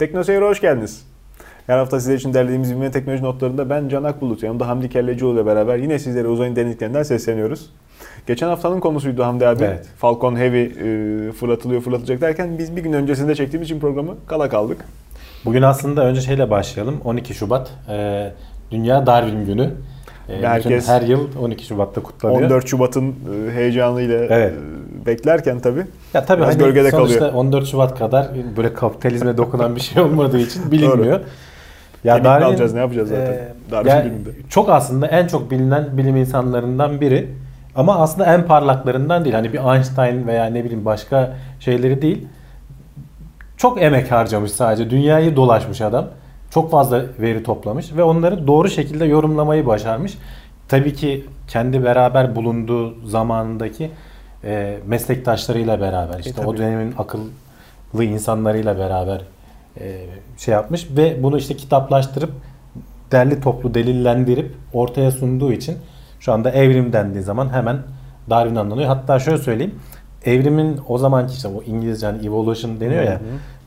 Teknoseyir'e hoş geldiniz. Her hafta sizler için derlediğimiz bilim ve teknoloji notlarında ben Can Akbulut, yanımda Hamdi Kellecioğlu ile beraber yine sizlere uzayın derinliklerinden sesleniyoruz. Geçen haftanın konusuydu Hamdi abi. Evet. Falcon Heavy fırlatılacak derken biz bir gün öncesinde çektiğimiz için programı kala kaldık. Bugün aslında önce şeyle başlayalım. 12 Şubat Dünya Darwin Günü. Herkes her yıl 12 Şubat'ta kutlanıyor. 14 Şubat'ın heyecanıyla beklerken tabii. Ya tabii hani gölgede sonuçta kalıyor. 14 Şubat kadar böyle kapitalizme dokunan bir şey olmadığı için bilinmiyor. Ya Darwin alacağız, ne yapacağız zaten? Darwin gününde. Çok aslında en çok bilinen bilim insanlarından biri. Ama aslında en parlaklarından değil. Hani bir Einstein veya ne bileyim başka şeyleri değil. Çok emek harcamış sadece. Dünyayı dolaşmış adam. Çok fazla veri toplamış ve onları doğru şekilde yorumlamayı başarmış. Tabii ki kendi beraber bulunduğu zamanındaki meslektaşlarıyla beraber, işte o dönemin akıllı insanlarıyla beraber şey yapmış ve bunu işte kitaplaştırıp derli toplu delillendirip ortaya sunduğu için şu anda evrim dendiği zaman hemen Darwin anlanıyor. Hatta şöyle söyleyeyim, evrimin o zamanki işte o İngilizce hani evolution deniyor ya,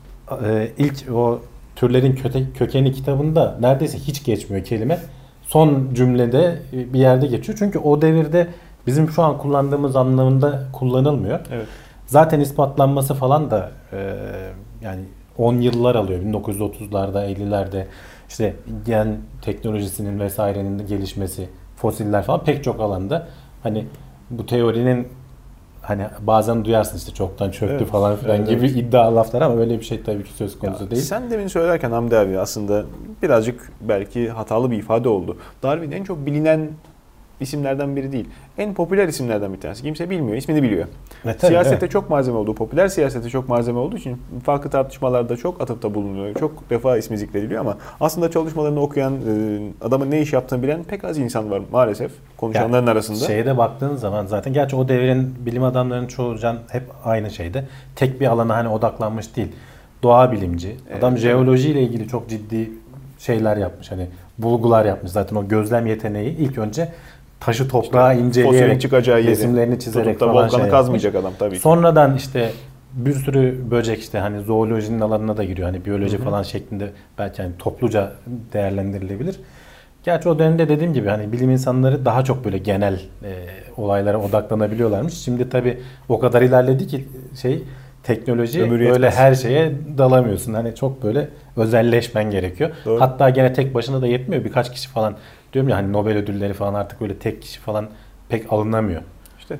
ilk o Türlerin Kökeni kitabında neredeyse hiç geçmiyor kelime. Son cümlede bir yerde geçiyor. Çünkü o devirde bizim şu an kullandığımız anlamında kullanılmıyor. Evet. Zaten ispatlanması falan da yani 10 yıllar alıyor. 1930'larda, 50'lerde işte gen teknolojisinin vesairenin gelişmesi, fosiller falan pek çok alanda hani bu teorinin hani bazen duyarsın işte çoktan çöktü falan filan gibi iddia laflar ama öyle bir şey tabii ki söz konusu değil. Sen demin söylerken Hamdi abi aslında birazcık belki hatalı bir ifade oldu. Darwin en çok bilinen isimlerden biri değil. En popüler isimlerden bir tanesi. Kimse bilmiyor, ismini biliyor. Siyasete çok malzeme olduğu, popüler siyasete çok malzeme olduğu için farklı tartışmalarda çok atıfta bulunuyor. Çok defa ismi zikrediliyor ama aslında çalışmalarını okuyan, adamın ne iş yaptığını bilen pek az insan var maalesef konuşanların arasında. Şeye baktığın zaman zaten gerçi o devrin bilim adamlarının çoğu hep aynı şeyde. Tek bir alana hani odaklanmış değil. Doğa bilimci. Adam jeolojiyle ilgili çok ciddi şeyler yapmış. Hani bulgular yapmış. Zaten o gözlem yeteneği ilk önce taşı toprağa inceleyerek, resimlerini çizerek falan volkanı kazmayacak adam tabii ki. Sonradan işte bir sürü böcek işte hani zoolojinin alanına da giriyor. Hani biyoloji falan şeklinde belki hani topluca değerlendirilebilir. Gerçi o dönemde dediğim gibi hani bilim insanları daha çok böyle genel olaylara odaklanabiliyorlarmış. Şimdi tabii o kadar ilerledi ki teknoloji böyle her şeye dalamıyorsun. Hani çok böyle özelleşmen gerekiyor. Doğru. Hatta gene tek başına da yetmiyor. Birkaç kişi falan diyorum ya hani Nobel ödülleri falan artık böyle tek kişi falan pek alınamıyor. İşte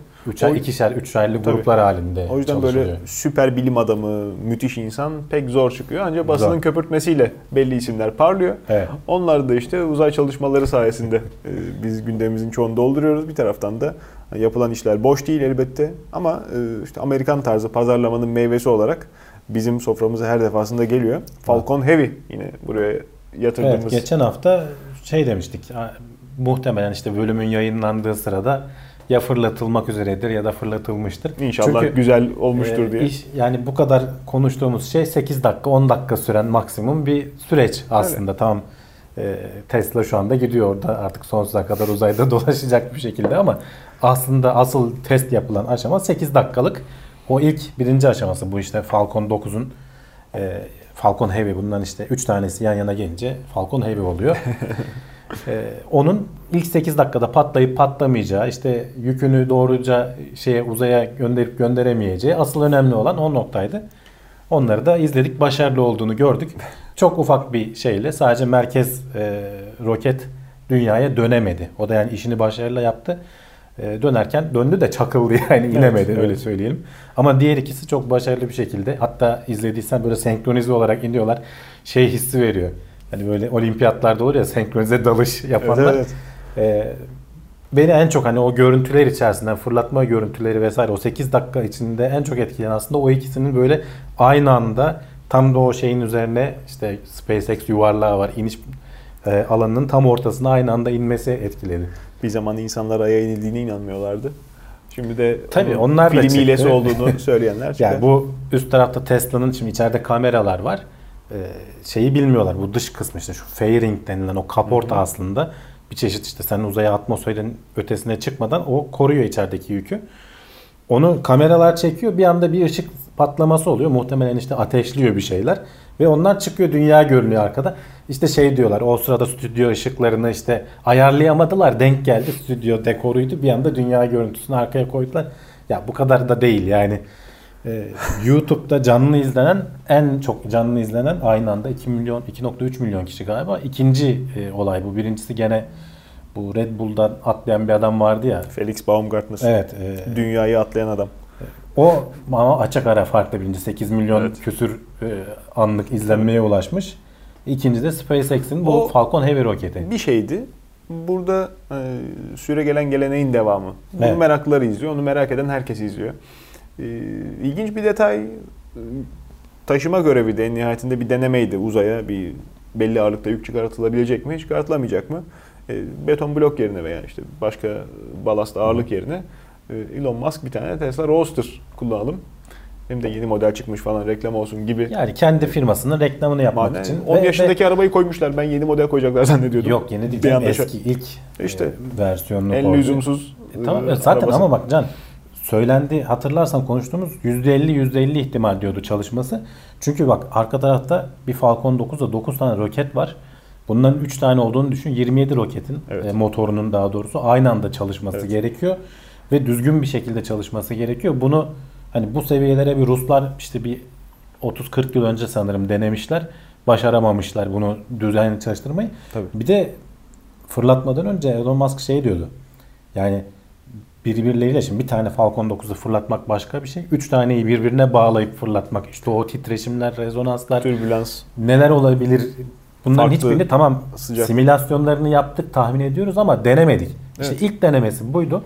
3 aylık gruplar halinde. O yüzden böyle süper bilim adamı, müthiş insan pek zor çıkıyor. Ancak basının köpürtmesiyle belli isimler parlıyor. Evet. Onlar da işte uzay çalışmaları sayesinde biz gündemimizin çoğunu dolduruyoruz. Bir taraftan da yapılan işler boş değil elbette ama işte Amerikan tarzı pazarlamanın meyvesi olarak bizim soframıza her defasında geliyor. Falcon Heavy yine buraya yatırdığımız. Evet, geçen hafta demiştik. Muhtemelen işte bölümün yayınlandığı sırada ya fırlatılmak üzeredir ya da fırlatılmıştır. İnşallah çünkü güzel olmuştur diye. Yani bu kadar konuştuğumuz şey 8 dakika 10 dakika süren maksimum bir süreç aslında. Evet. Tamam, Tesla şu anda gidiyor orada artık sonsuza kadar uzayda dolaşacak bir şekilde ama aslında asıl test yapılan aşama 8 dakikalık. O ilk birinci aşaması bu işte Falcon 9'un Falcon Heavy, bundan işte 3 tanesi yan yana gelince Falcon Heavy oluyor. Onun ilk 8 dakikada patlayıp patlamayacağı, işte yükünü doğruca uzaya gönderip gönderemeyeceği asıl önemli olan o noktaydı. Onları da izledik, başarılı olduğunu gördük. Çok ufak bir şeyle sadece merkez roket dünyaya dönemedi. O da yani işini başarıyla yaptı. Dönerken döndü de çakıldı yani inemedi, evet, öyle söyleyelim. Ama diğer ikisi çok başarılı bir şekilde, hatta izlediysen böyle senkronize olarak iniyorlar. Hissi veriyor. Hani böyle olimpiyatlarda olur ya senkronize dalış yapanlar. Evet. Beni en çok hani o görüntüler içerisinden, fırlatma görüntüleri vesaire, o 8 dakika içinde en çok etkileyen aslında o ikisinin böyle aynı anda tam da o şeyin üzerine, işte SpaceX yuvarlağı var, iniş alanının tam ortasına aynı anda inmesi etkiledi. Bir zaman insanlar Ay'a inildiğine inanmıyorlardı. Şimdi de tabii onlar film hilesi olduğunu söyleyenler çıkıyor. Yani bu üst tarafta Tesla'nın şimdi içeride kameralar var. Bilmiyorlar. Bu dış kısmı işte şu fairing denilen o kaporta aslında bir çeşit, işte sen uzaya atmosferin ötesine çıkmadan o koruyor içerideki yükü. Onu kameralar çekiyor. Bir anda bir ışık patlaması oluyor. Muhtemelen işte ateşliyor bir şeyler. Ve onlar çıkıyor, dünya görünüyor arkada. İşte şey diyorlar, o sırada stüdyo ışıklarını işte ayarlayamadılar. Denk geldi, stüdyo dekoruydu. Bir anda dünya görüntüsünü arkaya koydular. Ya bu kadar da değil yani. YouTube'da en çok canlı izlenen aynı anda 2.3 milyon kişi galiba. İkinci olay bu. Birincisi gene bu Red Bull'dan atlayan bir adam vardı ya. Felix Baumgartner. Evet. Dünyayı atlayan adam. O ama açık ara farklı birinci. 8 milyon küsür anlık izlenmeye ulaşmış. İkinci de SpaceX'in bu Falcon Heavy roketi. Bir şeydi. Burada süre gelen geleneğin devamı. Bunu meraklıları izliyor. Onu merak eden herkes izliyor. İlginç bir detay, taşıma görevi de en nihayetinde bir denemeydi. Uzaya bir belli ağırlıkta yük çıkartılabilecek mi, çıkartılamayacak mı? Beton blok yerine veya işte başka balast ağırlık yerine Elon Musk bir tane Tesla Roadster kullanalım. Hem de yeni model çıkmış falan, reklam olsun gibi. Yani kendi firmasının reklamını yapmak için. 10 yaşındaki arabayı koymuşlar. Ben yeni model koyacaklar zannediyordum. Yok, yeni değil. Eski ilk versiyonunu koydu. En lüzumsuz. Tamam, zaten arabası. Ama bak Can, söylendi, hatırlarsan konuştuğumuz %50 ihtimal diyordu çalışması. Çünkü bak arka tarafta bir Falcon 9'da 9 tane roket var. Bunların 3 tane olduğunu düşün. 27 roketin motorunun daha doğrusu aynı anda çalışması gerekiyor. Ve düzgün bir şekilde çalışması gerekiyor. Bunu hani bu seviyelere bir Ruslar işte bir 30-40 yıl önce sanırım denemişler. Başaramamışlar bunu düzenli çalıştırmayı. Tabii. Bir de fırlatmadan önce Elon Musk şey diyordu. Yani birbirleriyle, şimdi bir tane Falcon 9'u fırlatmak başka bir şey. 3 taneyi birbirine bağlayıp fırlatmak. İşte o titreşimler, rezonanslar, türbülans, neler olabilir? Bunların farklı, hiçbirini tamam sıcak. Simülasyonlarını yaptık, tahmin ediyoruz ama denemedik. İşte ilk denemesi buydu.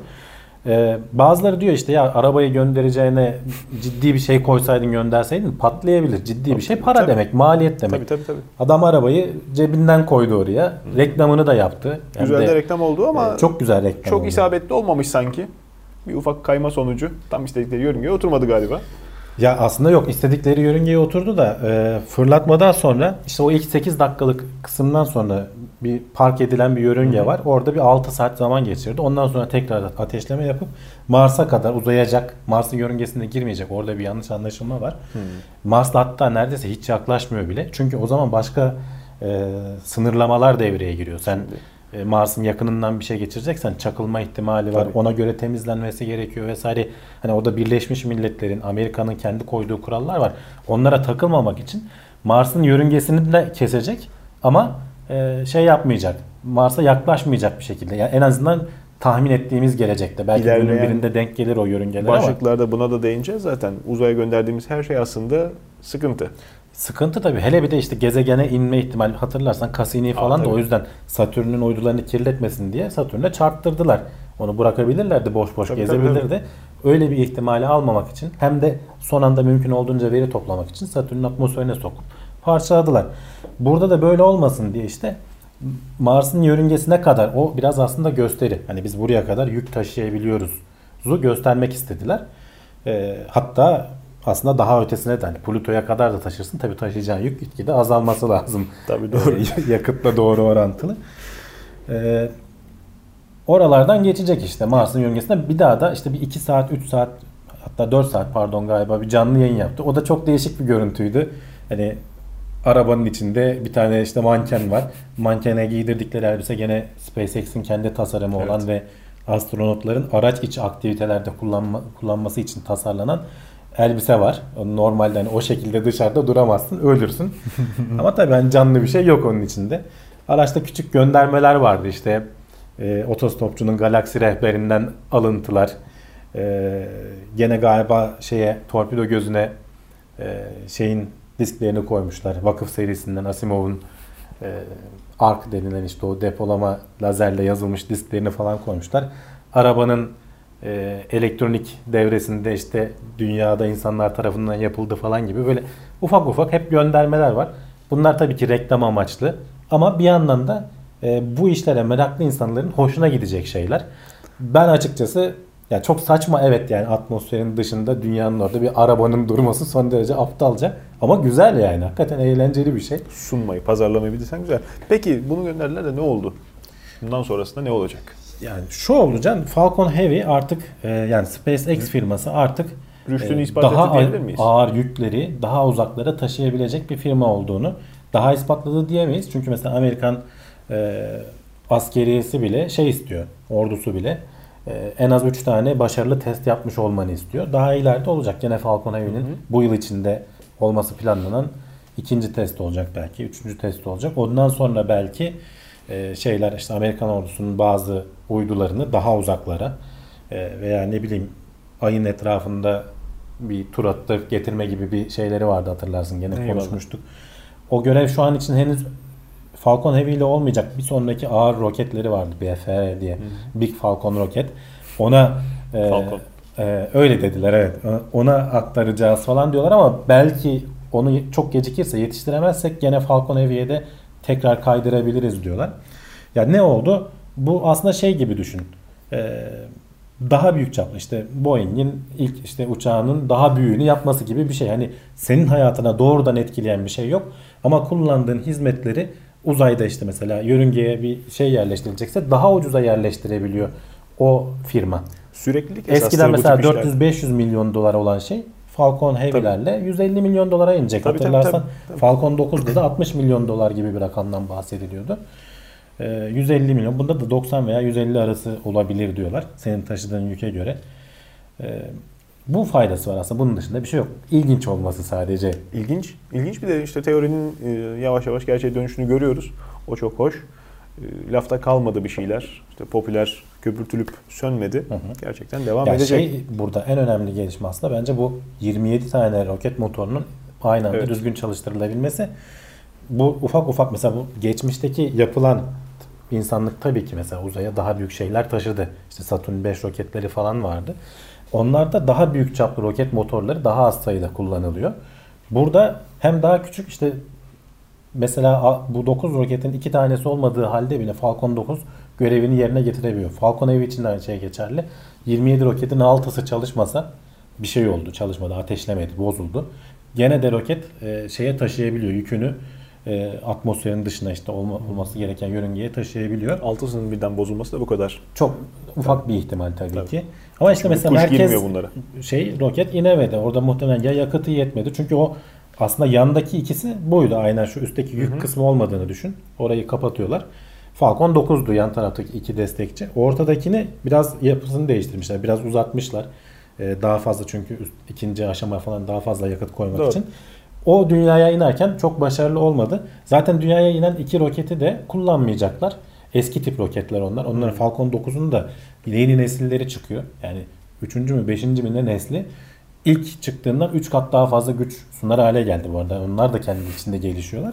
Bazıları diyor işte ya arabayı göndereceğine ciddi bir şey koysaydın, gönderseydin patlayabilir. Ciddi bir şey, para demek, maliyet demek. Tabii. Adam arabayı cebinden koydu oraya. Reklamını da yaptı. Yani güzel de reklam oldu ama çok güzel reklam çok oldu. isabetli olmamış sanki. Bir ufak kayma sonucu tam istedikleri yörüngeye oturmadı galiba. Ya aslında yok, istedikleri yörüngeye oturdu da fırlatmadan sonra işte o ilk 8 dakikalık kısımdan sonra bir park edilen bir yörünge var. Orada bir 6 saat zaman geçirdi. Ondan sonra tekrar ateşleme yapıp Mars'a kadar uzayacak. Mars'ın yörüngesine girmeyecek. Orada bir yanlış anlaşılma var. Mars'la hatta neredeyse hiç yaklaşmıyor bile. Çünkü o zaman başka sınırlamalar devreye giriyor. Sen Mars'ın yakınından bir şey geçireceksen çakılma ihtimali var. Tabii. Ona göre temizlenmesi gerekiyor vesaire. Hani o da Birleşmiş Milletler'in, Amerika'nın kendi koyduğu kurallar var. Onlara takılmamak için Mars'ın yörüngesini de kesecek ama şey yapmayacak. Mars'a yaklaşmayacak bir şekilde. Yani en azından tahmin ettiğimiz gelecekte. Belki günün birinde denk gelir o yörüngeler ama. Başlıklarda buna da değineceğiz zaten. Uzaya gönderdiğimiz her şey aslında sıkıntı. Sıkıntı tabii. Hele bir de işte gezegene inme ihtimali, hatırlarsan Cassini falan da o yüzden Satürn'ün uydularını kirletmesin diye Satürn'e çarptırdılar. Onu bırakabilirlerdi, boş boş gezebilirdi. Öyle bir ihtimali almamak için hem de son anda mümkün olduğunca veri toplamak için Satürn'ün atmosferine sokup parçaladılar. Burada da böyle olmasın diye işte Mars'ın yörüngesine kadar, o biraz aslında gösteri. Hani biz buraya kadar yük taşıyabiliyoruz göstermek istediler. Hatta aslında daha ötesine de hani Plüto'ya kadar da taşırsın. Tabii taşıyacağın yük gitgide azalması lazım. Tabii doğru. Yakıtla doğru orantılı. Oralardan geçecek işte Mars'ın yörüngesine. Bir daha da işte bir 2 saat, 3 saat hatta 4 saat pardon galiba bir canlı yayın yaptı. O da çok değişik bir görüntüydü. Hani arabanın içinde bir tane işte manken var. Mankene giydirdikleri elbise gene SpaceX'in kendi tasarımı olan ve astronotların araç içi aktivitelerde kullanması için tasarlanan elbise var. Normalde hani o şekilde dışarıda duramazsın, ölürsün. Ama tabii hani canlı bir şey yok onun içinde. Araçta küçük göndermeler vardı işte. Otostopçunun galaksi rehberinden alıntılar. Gene galiba torpido gözüne şeyin disklerini koymuşlar. Vakıf serisinden Asimov'un ARC denilen işte o depolama lazerle yazılmış disklerini falan koymuşlar. Arabanın elektronik devresinde işte dünyada insanlar tarafından yapıldı falan gibi böyle ufak ufak hep göndermeler var. Bunlar tabii ki reklam amaçlı ama bir yandan da bu işlere meraklı insanların hoşuna gidecek şeyler. Ben açıkçası yani çok saçma yani atmosferin dışında dünyanın orada bir arabanın durması son derece aptalca ama güzel yani hakikaten eğlenceli bir şey. Sunmayı, pazarlamayı bilirsen güzel. Peki bunu gönderdiler de ne oldu? Bundan sonrasında ne olacak? Yani şu olacak, Falcon Heavy artık yani SpaceX firması artık rüştünü ispat etti diyebilir miyiz? Ağır yükleri daha uzaklara taşıyabilecek bir firma olduğunu daha ispatladı diyemeyiz. Çünkü mesela Amerikan askeriyesi bile şey istiyor, ordusu bile en az 3 tane başarılı test yapmış olmanı istiyor. Daha ileride olacak. Gene Falcon Heavy'nin bu yıl içinde olması planlanan ikinci test olacak belki, üçüncü test olacak. Ondan sonra belki şeyler işte Amerikan ordusunun bazı uydularını daha uzaklara veya ne bileyim ayın etrafında bir tur atıp getirme gibi bir şeyleri vardı, hatırlarsın. Gene konuşmuştuk. O görev şu an için henüz Falcon Heavy ile olmayacak. Bir sonraki ağır roketleri vardı, BFR diye. Big Falcon roket. Ona Falcon. Öyle dediler, evet. Ona aktaracağız falan diyorlar ama belki onu çok gecikirse, yetiştiremezsek gene Falcon Heavy'ye de tekrar kaydırabiliriz diyorlar. Ya ne oldu? Bu aslında şey gibi düşün. Daha büyük çaplı, işte Boeing'in ilk işte uçağının daha büyüğünü yapması gibi bir şey. Hani senin hayatına doğrudan etkileyen bir şey yok ama kullandığın hizmetleri uzayda işte mesela yörüngeye bir şey yerleştirilecekse daha ucuza yerleştirebiliyor o firma. Süreklilik eskiden mesela 400-500 milyon dolar olan şey Falcon Heavy'lerle 150 milyon dolara inecek. Hatırlarsan tabii. Falcon 9'da da 60 milyon dolar gibi bir rakamdan bahsediliyordu. 150 milyon. Bunda da 90 veya 150 arası olabilir diyorlar. Senin taşıdığın yüke göre. Bu faydası var aslında. Bunun dışında bir şey yok. İlginç olması sadece. İlginç. İlginç, bir de işte teorinin yavaş yavaş gerçeğe dönüşünü görüyoruz. O çok hoş. Lafta kalmadı bir şeyler. İşte popüler köpürtülüp sönmedi. Gerçekten devam edecek. Burada en önemli gelişme aslında bence bu 27 tane roket motorunun aynı anda düzgün çalıştırılabilmesi. Bu ufak ufak mesela bu geçmişteki yapılan insanlık tabii ki mesela uzaya daha büyük şeyler taşıdı. İşte Saturn 5 roketleri falan vardı. Onlarda daha büyük çaplı roket motorları daha az sayıda kullanılıyor. Burada hem daha küçük işte mesela bu 9 roketin 2 tanesi olmadığı halde bile Falcon 9 görevini yerine getirebiliyor. Falcon Heavy için de aynı şey geçerli. 27 roketin 6'sı çalışmasa bir şey oldu, çalışmadı, ateşlemedi, bozuldu. Gene de roket şeye taşıyabiliyor, yükünü atmosferin dışına işte olması gereken yörüngeye taşıyabiliyor. 6'sının birden bozulması da bu kadar. Çok ufak bir ihtimal tabii ki. Ama işte mesela merkez roket inemedi. Orada muhtemelen ya yakıtı yetmedi. Çünkü o aslında yandaki ikisi buydu. Aynen şu üstteki yük kısmı olmadığını düşün. Orayı kapatıyorlar. Falcon 9'du yan taraftaki iki destekçi. Ortadakini biraz yapısını değiştirmişler. Biraz uzatmışlar. Daha fazla çünkü ikinci aşama falan daha fazla yakıt koymak için. O dünyaya inerken çok başarılı olmadı. Zaten dünyaya inen iki roketi de kullanmayacaklar. Eski tip roketler onlar. Onların Falcon 9'un da yeni nesilleri çıkıyor. Yani 3. mü 5. mi ne nesli. İlk çıktığından 3 kat daha fazla güç sunar hale geldi bu arada. Onlar da kendi içinde gelişiyorlar.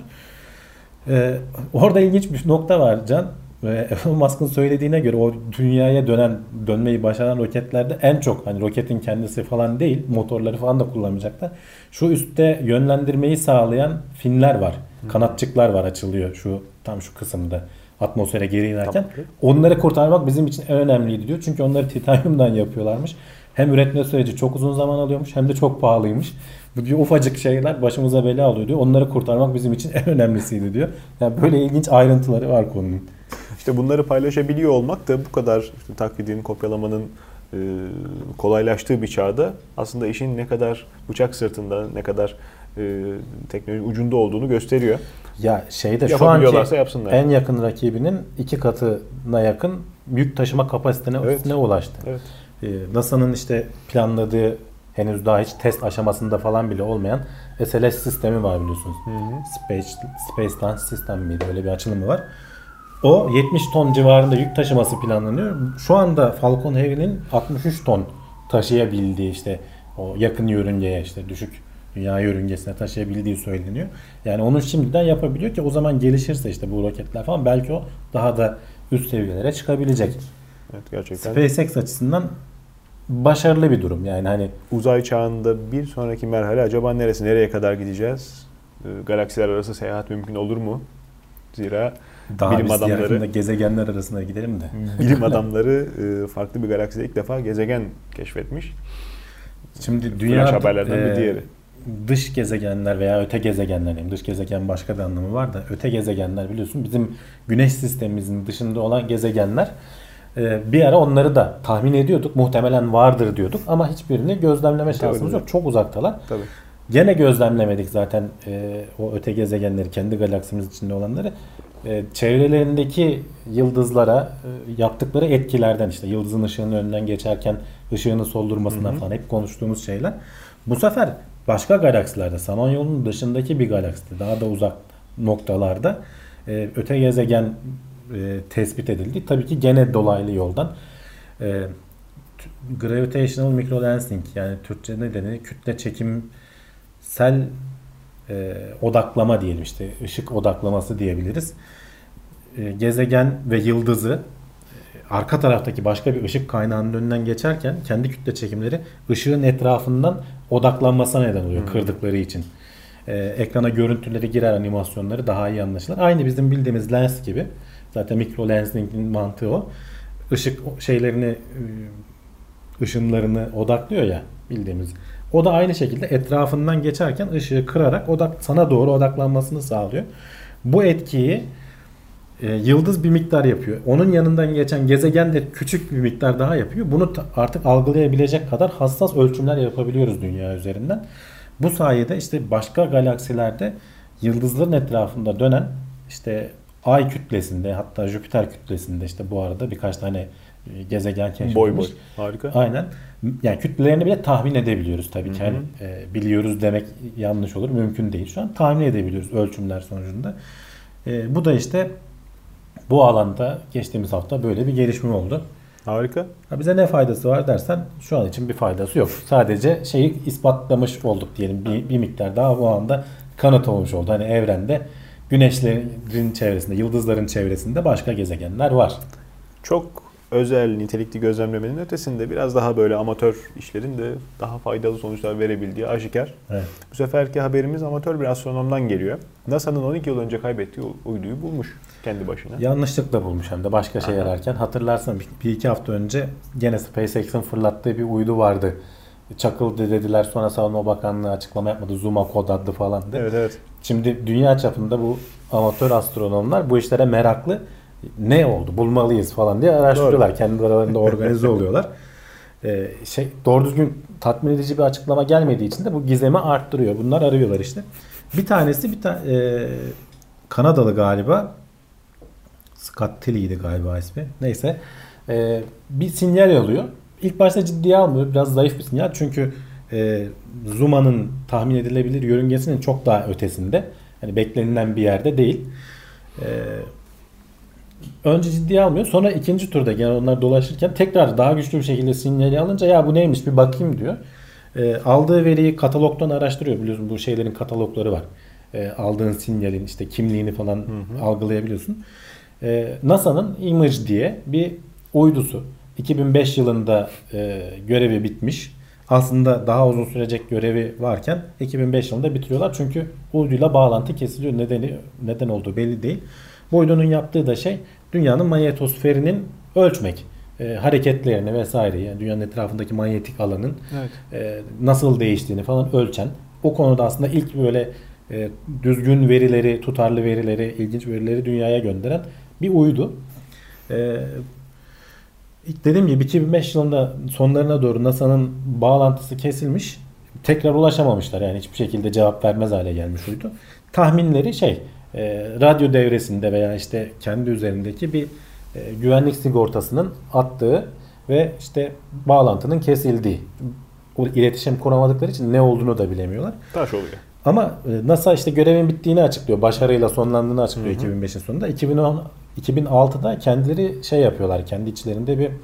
Orada ilginç bir nokta var Can. Elon Musk'ın söylediğine göre o dünyaya dönmeyi başaran roketlerde en çok hani roketin kendisi falan değil, motorları falan da kullanmayacaklar. Şu üstte yönlendirmeyi sağlayan finler var. Kanatçıklar var, açılıyor tam şu kısımda atmosfere geri inerken. Tamam. Onları kurtarmak bizim için en önemliydi diyor. Çünkü onları titanyumdan yapıyorlarmış. Hem üretme süreci çok uzun zaman alıyormuş hem de çok pahalıymış. Bu diyor ufacık şeyler başımıza bela alıyor diyor. Onları kurtarmak bizim için en önemlisiydi diyor. Yani böyle ilginç ayrıntıları var konunun. İşte bunları paylaşabiliyor olmak da bu kadar işte taklidin, kopyalamanın kolaylaştığı bir çağda aslında işin ne kadar bıçak sırtında, ne kadar teknoloji ucunda olduğunu gösteriyor. Ya şu anki en yakın rakibinin 2 katına yakın yük taşıma kapasitesine ulaştı. Evet. NASA'nın işte planladığı henüz daha hiç test aşamasında falan bile olmayan SLS sistemi var biliyorsunuz. Space Launch System miydi? Öyle bir açılımı var. O 70 ton civarında yük taşıması planlanıyor. Şu anda Falcon Heavy'nin 63 ton taşıyabildiği işte o yakın yörüngeye işte düşük dünya yörüngesine taşıyabildiği söyleniyor. Yani onu şimdiden yapabiliyor ki o zaman gelişirse işte bu roketler falan belki o daha da üst seviyelere çıkabilecek. Evet, gerçekten. SpaceX açısından başarılı bir durum. Yani hani uzay çağında bir sonraki merhale acaba nereye kadar gideceğiz? Galaksiler arası seyahat mümkün olur mu? Zira daha bilim adamları gezegenler arasında gidelim de. Bilim adamları farklı bir galakside ilk defa gezegen keşfetmiş. Şimdi dünya haberlerden bir diğeri. Dış gezegenler veya öte gezegenler diyeyim. Dış gezegen başka bir anlamı var da öte gezegenler biliyorsun bizim Güneş sistemimizin dışında olan gezegenler Bir ara onları da tahmin ediyorduk. Muhtemelen vardır diyorduk ama hiçbirini gözlemleme şansımız yok. Çok uzaktalar. Tabii. Gene gözlemlemedik zaten o öte gezegenleri, kendi galaksimiz içinde olanları. Çevrelerindeki yıldızlara yaptıkları etkilerden, işte yıldızın ışığının önünden geçerken ışığını soldurmasından falan hep konuştuğumuz şeyler. Bu sefer başka galaksilerde, Samanyolu'nun dışındaki bir galakside, daha da uzak noktalarda öte gezegen tespit edildi. Tabii ki gene dolaylı yoldan. Gravitational microlensing, yani Türkçe ne denir? Kütle çekimsel odaklama diyelim, işte ışık odaklaması diyebiliriz. Gezegen ve yıldızı arka taraftaki başka bir ışık kaynağının önünden geçerken kendi kütle çekimleri ışığın etrafından odaklanmasına neden oluyor kırdıkları için. Ekrana görüntüleri girer, animasyonları daha iyi anlaşılır. Aynı bizim bildiğimiz lens gibi. Zaten mikro lensing'in mantığı o. Işık şeylerini, ışınlarını odaklıyor ya bildiğimiz. O da aynı şekilde etrafından geçerken ışığı kırarak sana doğru odaklanmasını sağlıyor. Bu etkiyi yıldız bir miktar yapıyor. Onun yanından geçen gezegen de küçük bir miktar daha yapıyor. Bunu artık algılayabilecek kadar hassas ölçümler yapabiliyoruz dünya üzerinden. Bu sayede işte başka galaksilerde yıldızların etrafında dönen, işte Ay kütlesinde, hatta Jüpiter kütlesinde, işte bu arada birkaç tane gezegen keşfedilmiş. Boy. Harika. Aynen. Yani kütlelerini bile tahmin edebiliyoruz tabii ki. Yani, biliyoruz demek yanlış olur. Mümkün değil. Şu an tahmin edebiliyoruz ölçümler sonucunda. Bu da işte bu alanda geçtiğimiz hafta böyle bir gelişme oldu. Harika. Bize ne faydası var dersen şu an için bir faydası yok. Sadece şeyi ispatlamış olduk diyelim. Bir miktar daha bu anda kanıt olmuş oldu. Hani evrende güneşlerin çevresinde, yıldızların çevresinde başka gezegenler var. Çok özel nitelikli gözlemlemenin ötesinde biraz daha böyle amatör işlerin de daha faydalı sonuçlar verebildiği aşikar. Evet. Bu seferki haberimiz amatör bir astronomdan geliyor. NASA'nın 12 yıl önce kaybettiği uyduyu bulmuş kendi başına. Yanlışlıkla bulmuş, hem de başka şey ararken. Hatırlarsan bir iki hafta önce gene SpaceX'in fırlattığı bir uydu vardı. Çakıldı dediler, sonra Savunma Bakanlığı açıklama yapmadı. Zuma kod adlı falan. Evet. Şimdi dünya çapında bu amatör astronomlar bu işlere meraklı. Ne oldu? Bulmalıyız falan diye araştırıyorlar. Doğru. Kendi aralarında organize oluyorlar. Doğru düzgün tatmin edici bir açıklama gelmediği için de bu gizemi arttırıyor. Bunlar arıyorlar işte. Bir tanesi Kanadalı galiba. Scott Tilley'di galiba ismi. Neyse. Bir sinyal alıyor. İlk başta ciddiye almıyor. Biraz zayıf bir sinyal. Çünkü Zuma'nın tahmin edilebilir yörüngesinin çok daha ötesinde. Hani beklenilen bir yerde değil. Önce ciddiye almıyor. Sonra ikinci turda gene onlar dolaşırken tekrar daha güçlü bir şekilde sinyali alınca ya bu neymiş bir bakayım diyor. Aldığı veriyi katalogdan araştırıyor. Biliyorsun bu şeylerin katalogları var. Aldığın sinyalin işte kimliğini falan algılayabiliyorsun. NASA'nın Image diye bir uydusu. 2005 yılında görevi bitmiş. Aslında daha uzun sürecek görevi varken 2005 yılında bitiriyorlar. Çünkü uyduyla bağlantı kesiliyor. Neden olduğu belli değil. Bu uydunun yaptığı da şey dünyanın manyetosferinin ölçmek. Hareketlerini vesaire, yani dünyanın etrafındaki manyetik alanın nasıl değiştiğini falan ölçen. O konuda aslında ilk böyle düzgün verileri, tutarlı verileri, ilginç verileri dünyaya gönderen bir uydu. Dediğim gibi 2005 yılında sonlarına doğru NASA'nın bağlantısı kesilmiş. Tekrar ulaşamamışlar. Yani hiçbir şekilde cevap vermez hale gelmiş uydu. Tahminleri radyo devresinde veya işte kendi üzerindeki bir güvenlik sigortasının attığı ve işte bağlantının kesildiği. İletişim kuramadıkları için ne olduğunu da bilemiyorlar. Taş oluyor. Ama NASA işte görevin bittiğini açıklıyor. Başarıyla sonlandığını açıklıyor 2005'in sonunda. 2006'da kendileri yapıyorlar. Kendi içlerinde bir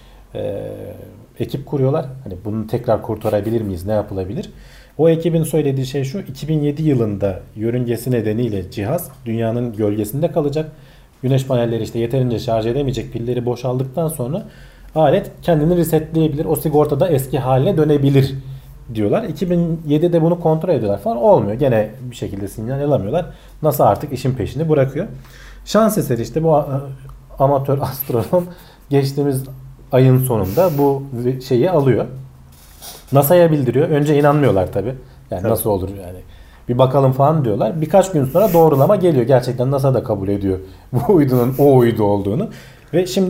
ekip kuruyorlar. Hani bunu tekrar kurtarabilir miyiz? Ne yapılabilir? O ekibin söylediği şey şu: 2007 yılında yörüngesi nedeniyle cihaz dünyanın gölgesinde kalacak. Güneş panelleri işte yeterince şarj edemeyecek, pilleri boşaldıktan sonra alet kendini resetleyebilir. O sigorta da eski haline dönebilir diyorlar. 2007'de bunu kontrol ediyorlar falan, olmuyor. Gene bir şekilde sinyal alamıyorlar. NASA artık işin peşini bırakıyor. Şans eseri işte bu amatör astronom geçtiğimiz ayın sonunda bu şeyi alıyor. NASA'ya bildiriyor. Önce inanmıyorlar tabii. Yani evet. Nasıl olur yani? Bir bakalım falan diyorlar. Birkaç gün sonra doğrulama geliyor. Gerçekten NASA da kabul ediyor bu uydunun o uydu olduğunu. Ve şimdi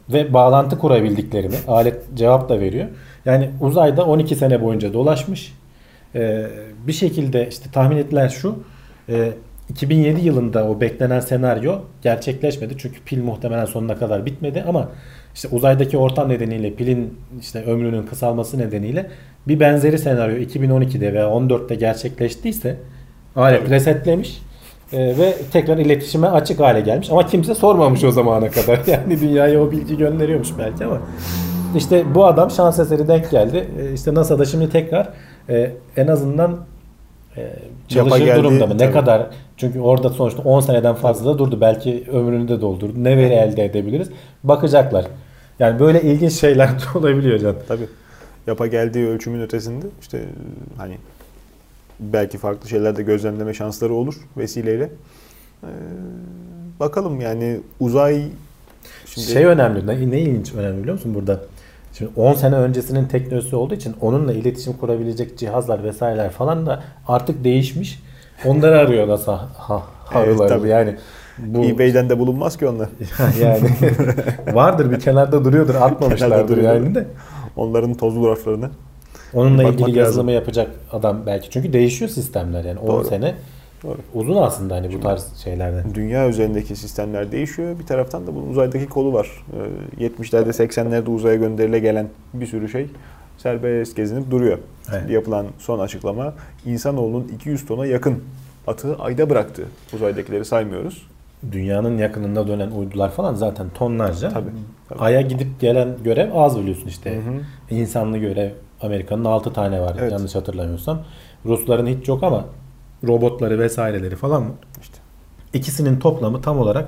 ve bağlantı kurabildiklerini alet cevap da veriyor. Yani uzayda 12 sene boyunca dolaşmış. Bir şekilde işte tahmin edilen şu, 2007 yılında o beklenen senaryo gerçekleşmedi. Çünkü pil muhtemelen sonuna kadar bitmedi ama işte uzaydaki ortam nedeniyle pilin işte ömrünün kısalması nedeniyle bir benzeri senaryo 2012'de veya 14'te gerçekleştiyse alet resetlemiş ve tekrar iletişime açık hale gelmiş. Ama kimse sormamış o zamana kadar. Yani dünyaya o bilgi gönderiyormuş belki ama işte bu adam şans eseri denk geldi. İşte NASA'da şimdi tekrar en azından çalışır durumda mı? Ne kadar? Çünkü orada sonuçta 10 seneden fazla da durdu. Belki ömrünü de doldurdu. Ne veri elde edebiliriz? Bakacaklar. Yani böyle ilginç şeyler de olabiliyor Can. Tabii. Yapa geldiği ölçümün ötesinde işte hani belki farklı şeyler de gözlemleme şansları olur vesileyle. Bakalım yani uzay şimdi... Şey önemli. Ne ilginç önemli biliyor musun burada? Şimdi 10 sene öncesinin teknolojisi olduğu için onunla iletişim kurabilecek cihazlar vesaireler falan da artık değişmiş. Onları arıyor NASA harıları. Evet, yani bu eBay'den de bulunmaz ki onlar. Yani vardır bir kenarda duruyordur, atmamışlardır yani de. Onların tozlu raflarını. Onunla ilgili yazılımı yapacak adam belki. Çünkü değişiyor sistemler yani. Doğru. 10 sene. Doğru. Uzun aslında hani bu tarz şeylerden. Dünya üzerindeki sistemler değişiyor. Bir taraftan da bunun uzaydaki kolu var. 70'lerde 80'lerde uzaya gönderile gelen bir sürü şey serbest gezinip duruyor. Evet. Yapılan son açıklama insanoğlunun 200 tona yakın atığı ayda bıraktı. Uzaydakileri saymıyoruz. Dünyanın yakınında dönen uydular falan zaten tonlarca. Tabii. Ay'a gidip gelen görev az biliyorsun işte. Hı. İnsanlı görev Amerika'nın 6 tane var evet. Yanlış hatırlamıyorsam. Rusların hiç yok ama robotları vesaireleri falan mı? İşte. İkisinin toplamı tam olarak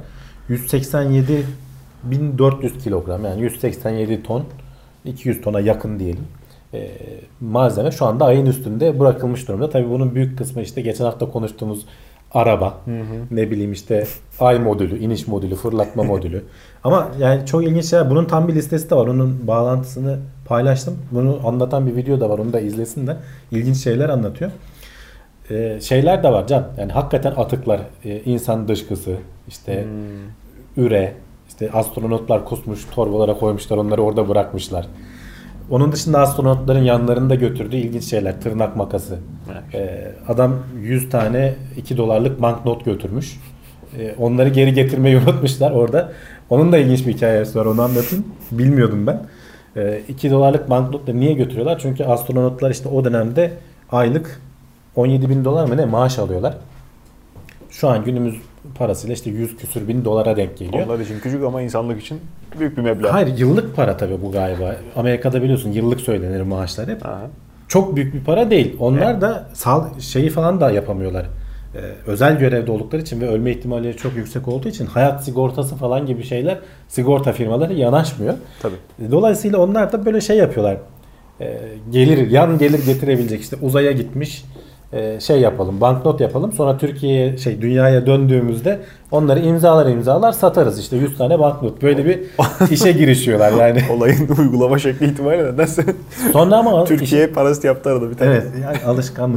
187.400 kilogram yani 187 ton 200 tona yakın diyelim. Malzeme şu anda ayın üstünde bırakılmış durumda. Tabii bunun büyük kısmı işte geçen hafta konuştuğumuz araba, ne bileyim işte ay modülü, iniş modülü, fırlatma modülü. Ama yani çok ilginç şeyler. Bunun tam bir listesi de var. Onun bağlantısını paylaştım. Bunu anlatan bir video da var. Onu da izlesin de. İlginç şeyler anlatıyor. Şeyler de var Can. Yani hakikaten atıklar, insan dışkısı, işte üre, işte astronotlar kusmuş, torbalara koymuşlar, onları orada bırakmışlar. Onun dışında astronotların yanlarında götürdüğü ilginç şeyler. Tırnak makası. Adam 100 tane $2 banknot götürmüş. Onları geri getirmeyi unutmuşlar orada. Onun da ilginç bir hikayesi var. Onu anlatayım. Bilmiyordum ben. $2 banknotları niye götürüyorlar? Çünkü astronotlar işte o dönemde aylık $17.000 mı ne maaş alıyorlar. Şu an günümüz parasıyla işte 100 küsür bin dolara denk geliyor. Onlar için küçük ama insanlık için büyük bir meblağ. Hayır, yıllık para tabii bu galiba. Amerika'da biliyorsun yıllık söylenir maaşlar hep. Aha. Çok büyük bir para değil. Onlar da şeyi falan da yapamıyorlar. Özel görevde oldukları için ve ölme ihtimalleri çok yüksek olduğu için hayat sigortası falan gibi şeyler sigorta firmaları yanaşmıyor. Tabii. Dolayısıyla onlar da böyle şey yapıyorlar. Yan gelir getirebilecek işte uzaya gitmiş şey yapalım, banknot yapalım. Sonra Türkiye'ye dünyaya döndüğümüzde onları imzalar satarız. İşte 100 tane banknot. Böyle bir işe girişiyorlar yani. Olayın uygulama şekli itibariyle nedense. Sonra ama Türkiye parası yaptı arada bir tane. Evet, yani alışkanlık.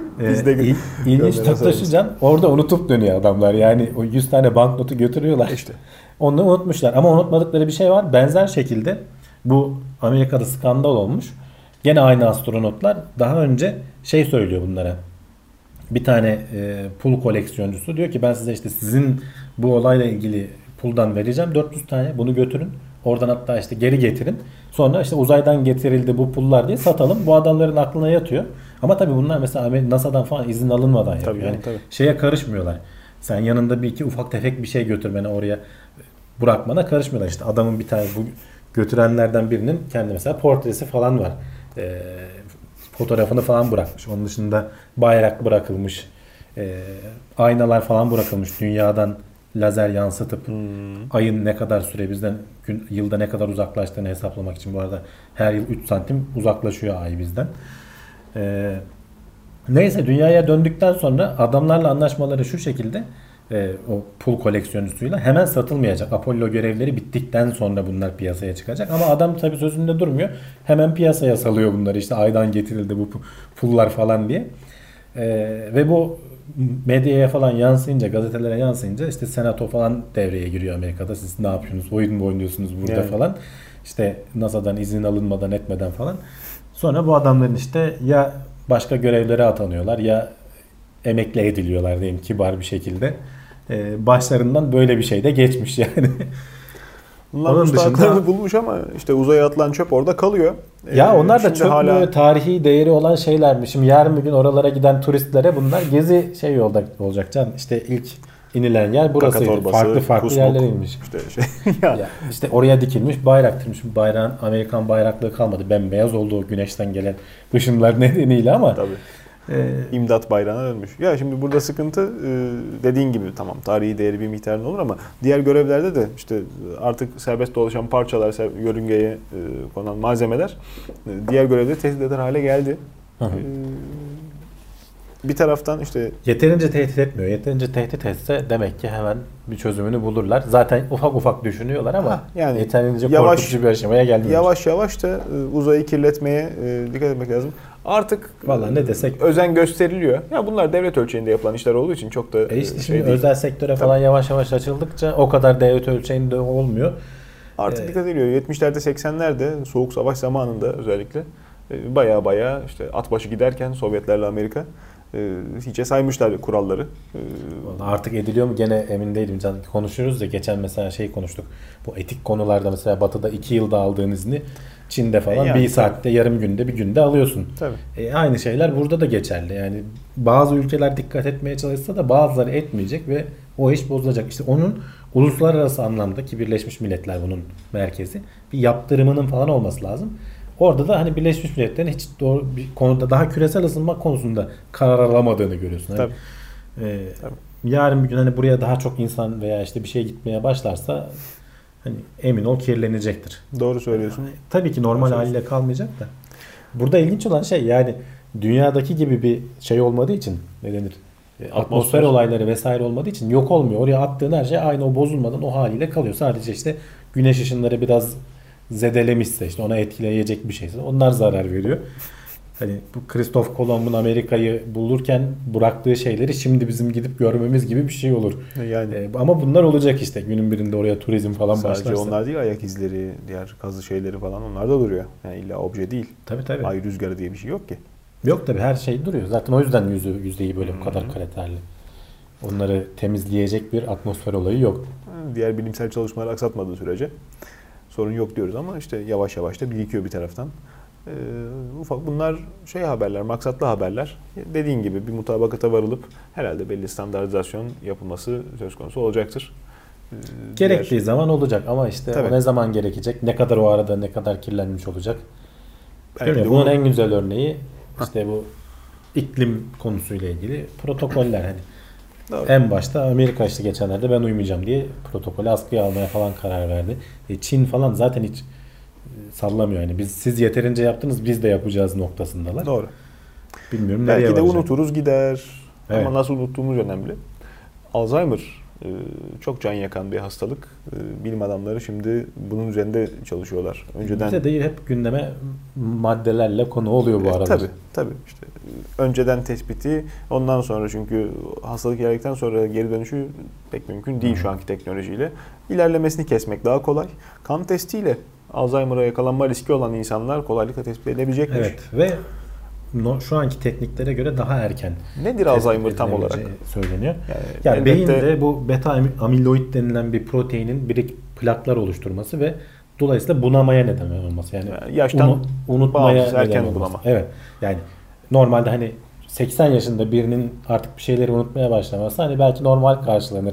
İlginç taşıcan orada unutup dönüyor adamlar. Yani o 100 tane banknotu götürüyorlar. İşte. Onu unutmuşlar. Ama unutmadıkları bir şey var. Benzer şekilde bu Amerika'da skandal olmuş. Gene aynı astronotlar daha önce şey söylüyor bunlara. Bir tane pul koleksiyoncusu diyor ki ben size işte sizin bu olayla ilgili puldan vereceğim 400 tane, bunu götürün. Oradan hatta işte geri getirin. Sonra işte uzaydan getirildi bu pullar diye satalım. Bu adamların aklına yatıyor. Ama tabii bunlar mesela NASA'dan falan izin alınmadan yapıyor. Tabii, yani tabii. Şeye karışmıyorlar. Sen yanında bir iki ufak tefek bir şey götürmene oraya bırakmana karışmıyorlar. İşte adamın bir tane bu götürenlerden birinin kendi mesela portresi falan var. Fotoğrafını falan bırakmış. Onun dışında bayrak bırakılmış. Aynalar falan bırakılmış. Dünyadan lazer yansıtıp ayın ne kadar süre bizden yılda ne kadar uzaklaştığını hesaplamak için. Bu arada her yıl 3 santim uzaklaşıyor ay bizden. Neyse dünyaya döndükten sonra adamlarla anlaşmaları şu şekilde, o pul koleksiyoncusuyla hemen satılmayacak. Apollo görevleri bittikten sonra bunlar piyasaya çıkacak. Ama adam tabii sözünde durmuyor. Hemen piyasaya salıyor bunları. İşte aydan getirildi bu pullar falan diye. Ve bu medyaya falan yansıyınca, gazetelere yansıyınca işte senato falan devreye giriyor Amerika'da. Siz ne yapıyorsunuz? Oyun mu oynuyorsunuz burada falan. İşte NASA'dan izin alınmadan etmeden falan. Sonra bu adamların işte ya başka görevlere atanıyorlar ya emekli ediliyorlar diyeyim kibar bir şekilde. Başlarından böyle bir şey de geçmiş yani. Bunlar müstahaklarını bulmuş ama işte uzaya atılan çöp orada kalıyor. Ya onlar da çok hala tarihi değeri olan şeylermiş. Şimdi yarın bir gün oralara giden turistlere bunlar gezi yolda olacak can. İşte ilk inilen yer burasıydı. Farklı yerlere inmiş. İşte oraya dikilmiş bayraktırmış. Bayrağın Amerikan bayraklığı kalmadı. Bembeyaz oldu o güneşten gelen ışınlar nedeniyle ama. Tabii. İmdat bayrağına dönmüş. Ya şimdi burada sıkıntı dediğin gibi tamam tarihi değeri bir miktarında olur ama diğer görevlerde de işte artık serbest dolaşan parçalar, yörüngeye konan malzemeler diğer görevleri tehdit eder hale geldi. Bir taraftan işte yeterince tehdit etmiyor. Yeterince tehdit etse demek ki hemen bir çözümünü bulurlar. Zaten ufak ufak düşünüyorlar ama yani yeterince korkutucu bir aşamaya gelmiyor. Yavaş yavaş da uzayı kirletmeye dikkat etmek lazım. Artık vallahi ne desek özen gösteriliyor. Ya bunlar devlet ölçeğinde yapılan işler olduğu için çok da işte şimdi özel sektöre falan yavaş yavaş açıldıkça o kadar devlet ölçeğinde olmuyor. Artık dikkat ediliyor. 70'lerde 80'lerde Soğuk Savaş zamanında özellikle baya işte at başı giderken Sovyetlerle Amerika hiçe saymışlar kuralları. Artık ediliyor mu gene emin değilim. Konuşuyoruz ya geçen mesela konuştuk. Bu etik konularda mesela Batı'da 2 yılda aldığın izni Çin'de falan yani, bir saatte, yarım günde, bir günde alıyorsun. Aynı şeyler burada da geçerli. Yani bazı ülkeler dikkat etmeye çalışsa da bazıları etmeyecek ve o iş bozulacak. İşte onun uluslararası anlamda ki Birleşmiş Milletler bunun merkezi bir yaptırımının falan olması lazım. Orada da hani Birleşmiş Milletler'in hiç doğru bir konuda daha küresel ısınma konusunda karar alamadığını görüyorsun. Hani, yarın bir gün hani buraya daha çok insan veya işte bir şey gitmeye başlarsa hani emin ol kirlenecektir. Doğru söylüyorsun. Yani, tabii ki normal haliyle kalmayacak da. Burada ilginç olan yani dünyadaki gibi bir şey olmadığı için ne denir? Atmosfer olayları vesaire olmadığı için yok olmuyor. Oraya attığın her şey aynı o bozulmadan o haliyle kalıyor. Sadece işte güneş ışınları biraz zedelemişse işte ona etkileyecek bir şeyse onlar zarar veriyor. Hani bu Christoph Kolomb'un Amerika'yı bulurken bıraktığı şeyleri şimdi bizim gidip görmemiz gibi bir şey olur. Yani ama bunlar olacak işte günün birinde oraya turizm falan başlarsa. Sadece onlar değil ayak izleri, diğer kazı şeyleri falan onlar da duruyor. Yani illa obje değil. Tabii. Ay rüzgarı diye bir şey yok ki. Yok tabii her şey duruyor. Zaten o yüzden yüzeyi böyle bu kadar kraterli. Onları temizleyecek bir atmosfer olayı yok. Diğer bilimsel çalışmaları aksatmadığı sürece sorun yok diyoruz ama işte yavaş yavaş da birikiyor bir taraftan. Ufak bunlar haberler, maksatlı haberler. Dediğin gibi bir mutabakata varılıp herhalde belli standartizasyon yapılması söz konusu olacaktır. Gerektiği zaman olacak ama işte o ne zaman gerekecek, ne kadar o arada ne kadar kirlenmiş olacak. Bunun en güzel örneği işte bu iklim konusuyla ilgili protokoller hani. Doğru. En başta Amerika işte geçenlerde ben uymayacağım diye protokolü askıya almaya falan karar verdi. Çin falan zaten hiç sallamıyor yani. Siz yeterince yaptınız biz de yapacağız noktasındalar. Doğru. Bilmiyorum nereye belki de varacak. unuturuz gider. Evet. Ama nasıl unuttuğumuz önemli. Alzheimer çok can yakan bir hastalık. Bilim adamları şimdi bunun üzerinde çalışıyorlar. Önceden bize de hep gündeme maddelerle konu oluyor bu arada. Tabii. İşte önceden tespiti, ondan sonra çünkü hastalık ilerledikten sonra geri dönüşü pek mümkün değil şu anki teknolojiyle. İlerlemesini kesmek daha kolay. Kan testiyle Alzheimer'a yakalanma riski olan insanlar kolaylıkla tespit edilebilecekmiş. Evet ve şu anki tekniklere göre daha erken. Nedir Alzheimer tam olarak? Söyleniyor. Yani beyinde bu beta amiloid denilen bir proteinin plaklar oluşturması ve dolayısıyla bunamaya neden olması. Yani yaştan unutmaya erken bunama. Evet. Yani normalde hani 80 yaşında birinin artık bir şeyleri unutmaya başlaması hani belki normal karşılanır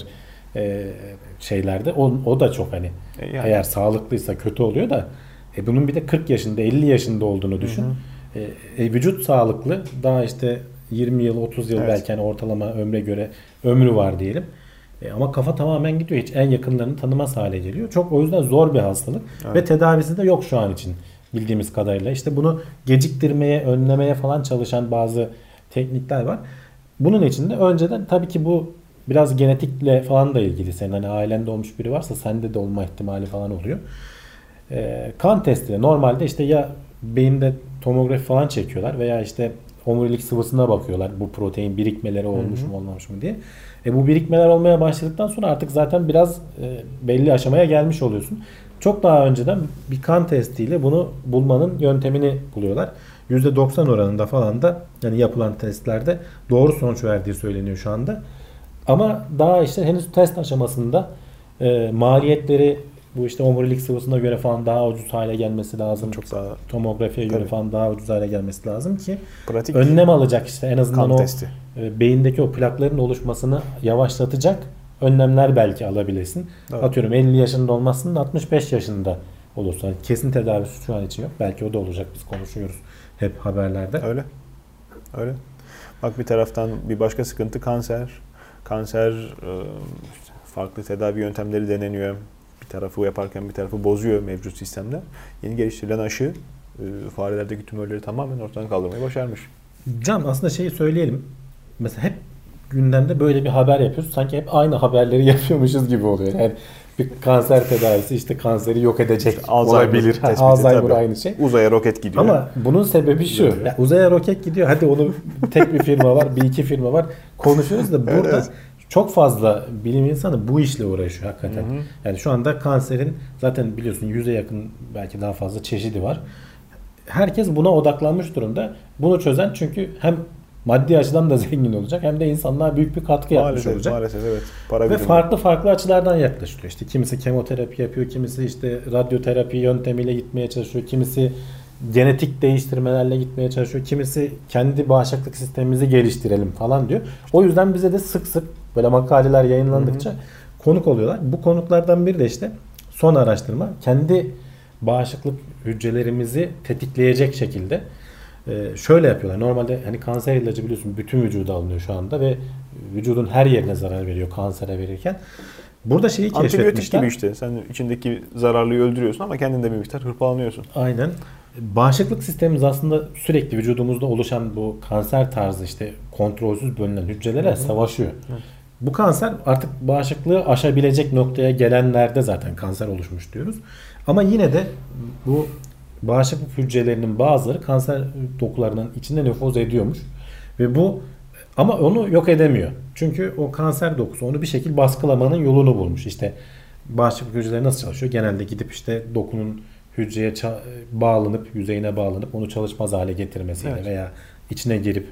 şeylerde. O da çok hani eğer sağlıklıysa kötü oluyor da bunun bir de 40 yaşında 50 yaşında olduğunu düşün. Vücut sağlıklı daha işte 20 yıl 30 yıl belki hani ortalama ömre göre ömrü var diyelim. Ama kafa tamamen gidiyor. Hiç en yakınlarını tanımaz hale geliyor. Çok o yüzden zor bir hastalık ve tedavisi de yok şu an için bildiğimiz kadarıyla. İşte bunu geciktirmeye, önlemeye falan çalışan bazı teknikler var. Bunun için de önceden tabii ki bu biraz genetikle falan da ilgili. Senin hani ailende olmuş biri varsa sende de olma ihtimali falan oluyor. Kan testiyle normalde işte ya beyinde tomografi falan çekiyorlar veya işte omurilik sıvısına bakıyorlar. Bu protein birikmeleri olmuş mu olmamış mı diye. Bu birikmeler olmaya başladıktan sonra artık zaten biraz belli aşamaya gelmiş oluyorsun. Çok daha önceden bir kan testiyle bunu bulmanın yöntemini buluyorlar. %90 oranında falan da yani yapılan testlerde doğru sonuç verdiği söyleniyor şu anda. Ama daha işte henüz test aşamasında maliyetleri bu işte omurilik sıvısına göre falan daha ucuz hale gelmesi lazım. Çok daha tomografiye göre falan daha ucuz hale gelmesi lazım ki pratik önlem alacak işte en azından o beyindeki o plakların oluşmasını yavaşlatacak önlemler belki alabilirsin. Evet. Atıyorum 50 yaşında olmasın da 65 yaşında olursa kesin tedavisi şu an için yok. Belki o da olacak. Biz konuşuyoruz hep haberlerde. Öyle. Öyle. Bak bir taraftan bir başka sıkıntı kanser. Kanser işte farklı tedavi yöntemleri deneniyor. Bir tarafı yaparken bir tarafı bozuyor mevcut sistemde. Yeni geliştirilen aşı farelerdeki tümörleri tamamen ortadan kaldırmayı başarmış. Can aslında şeyi söyleyelim. Mesela hep gündemde böyle bir haber yapıyoruz. Sanki hep aynı haberleri yapıyormuşuz gibi oluyor. Yani bir kanser tedavisi işte kanseri yok edecek olabilir. Alzheimer aynı şey. Uzaya roket gidiyor. Ama bunun sebebi şu. Yani uzaya roket gidiyor. Hadi onu tek bir firma var, bir iki firma var. Konuşuyoruz da burada evet. Çok fazla bilim insanı bu işle uğraşıyor hakikaten. Hı hı. Yani şu anda kanserin zaten biliyorsun 100'e yakın belki daha fazla çeşidi var. Herkes buna odaklanmış durumda. Bunu çözen çünkü hem maddi açıdan da zengin olacak hem de insanlığa büyük bir katkı yapmış olacak. Maalesef evet. Para ve farklı açılardan yaklaşıyor. İşte kimisi kemoterapi yapıyor, kimisi işte radyoterapi yöntemiyle gitmeye çalışıyor, kimisi genetik değiştirmelerle gitmeye çalışıyor, kimisi kendi bağışıklık sistemimizi geliştirelim falan diyor. O yüzden bize de sık sık böyle makaleler yayınlandıkça konuk oluyorlar. Bu konuklardan biri de işte son araştırma kendi bağışıklık hücrelerimizi tetikleyecek şekilde şöyle yapıyorlar. Normalde hani kanser ilacı biliyorsun bütün vücuda alınıyor şu anda ve vücudun her yerine zarar veriyor kansere verirken. Burada şeyi keşfetmişler. Antibiyotik gibi işte. Sen içindeki zararlıyı öldürüyorsun ama kendinde bir miktar hırpalanıyorsun. Aynen. Bağışıklık sistemimiz aslında sürekli vücudumuzda oluşan bu kanser tarzı işte kontrolsüz bölünen hücrelerle savaşıyor. Hı. Bu kanser artık bağışıklığı aşabilecek noktaya gelenlerde zaten kanser oluşmuş diyoruz. Ama yine de bu bağışıklık hücrelerinin bazıları kanser dokularının içinde nüfuz ediyormuş. Ve bu ama onu yok edemiyor. Çünkü o kanser dokusu onu bir şekilde baskılamanın yolunu bulmuş. İşte bağışıklık hücreleri nasıl çalışıyor? Genelde gidip işte dokunun hücreye bağlanıp, yüzeyine bağlanıp onu çalışmaz hale getirmesiyle veya içine girip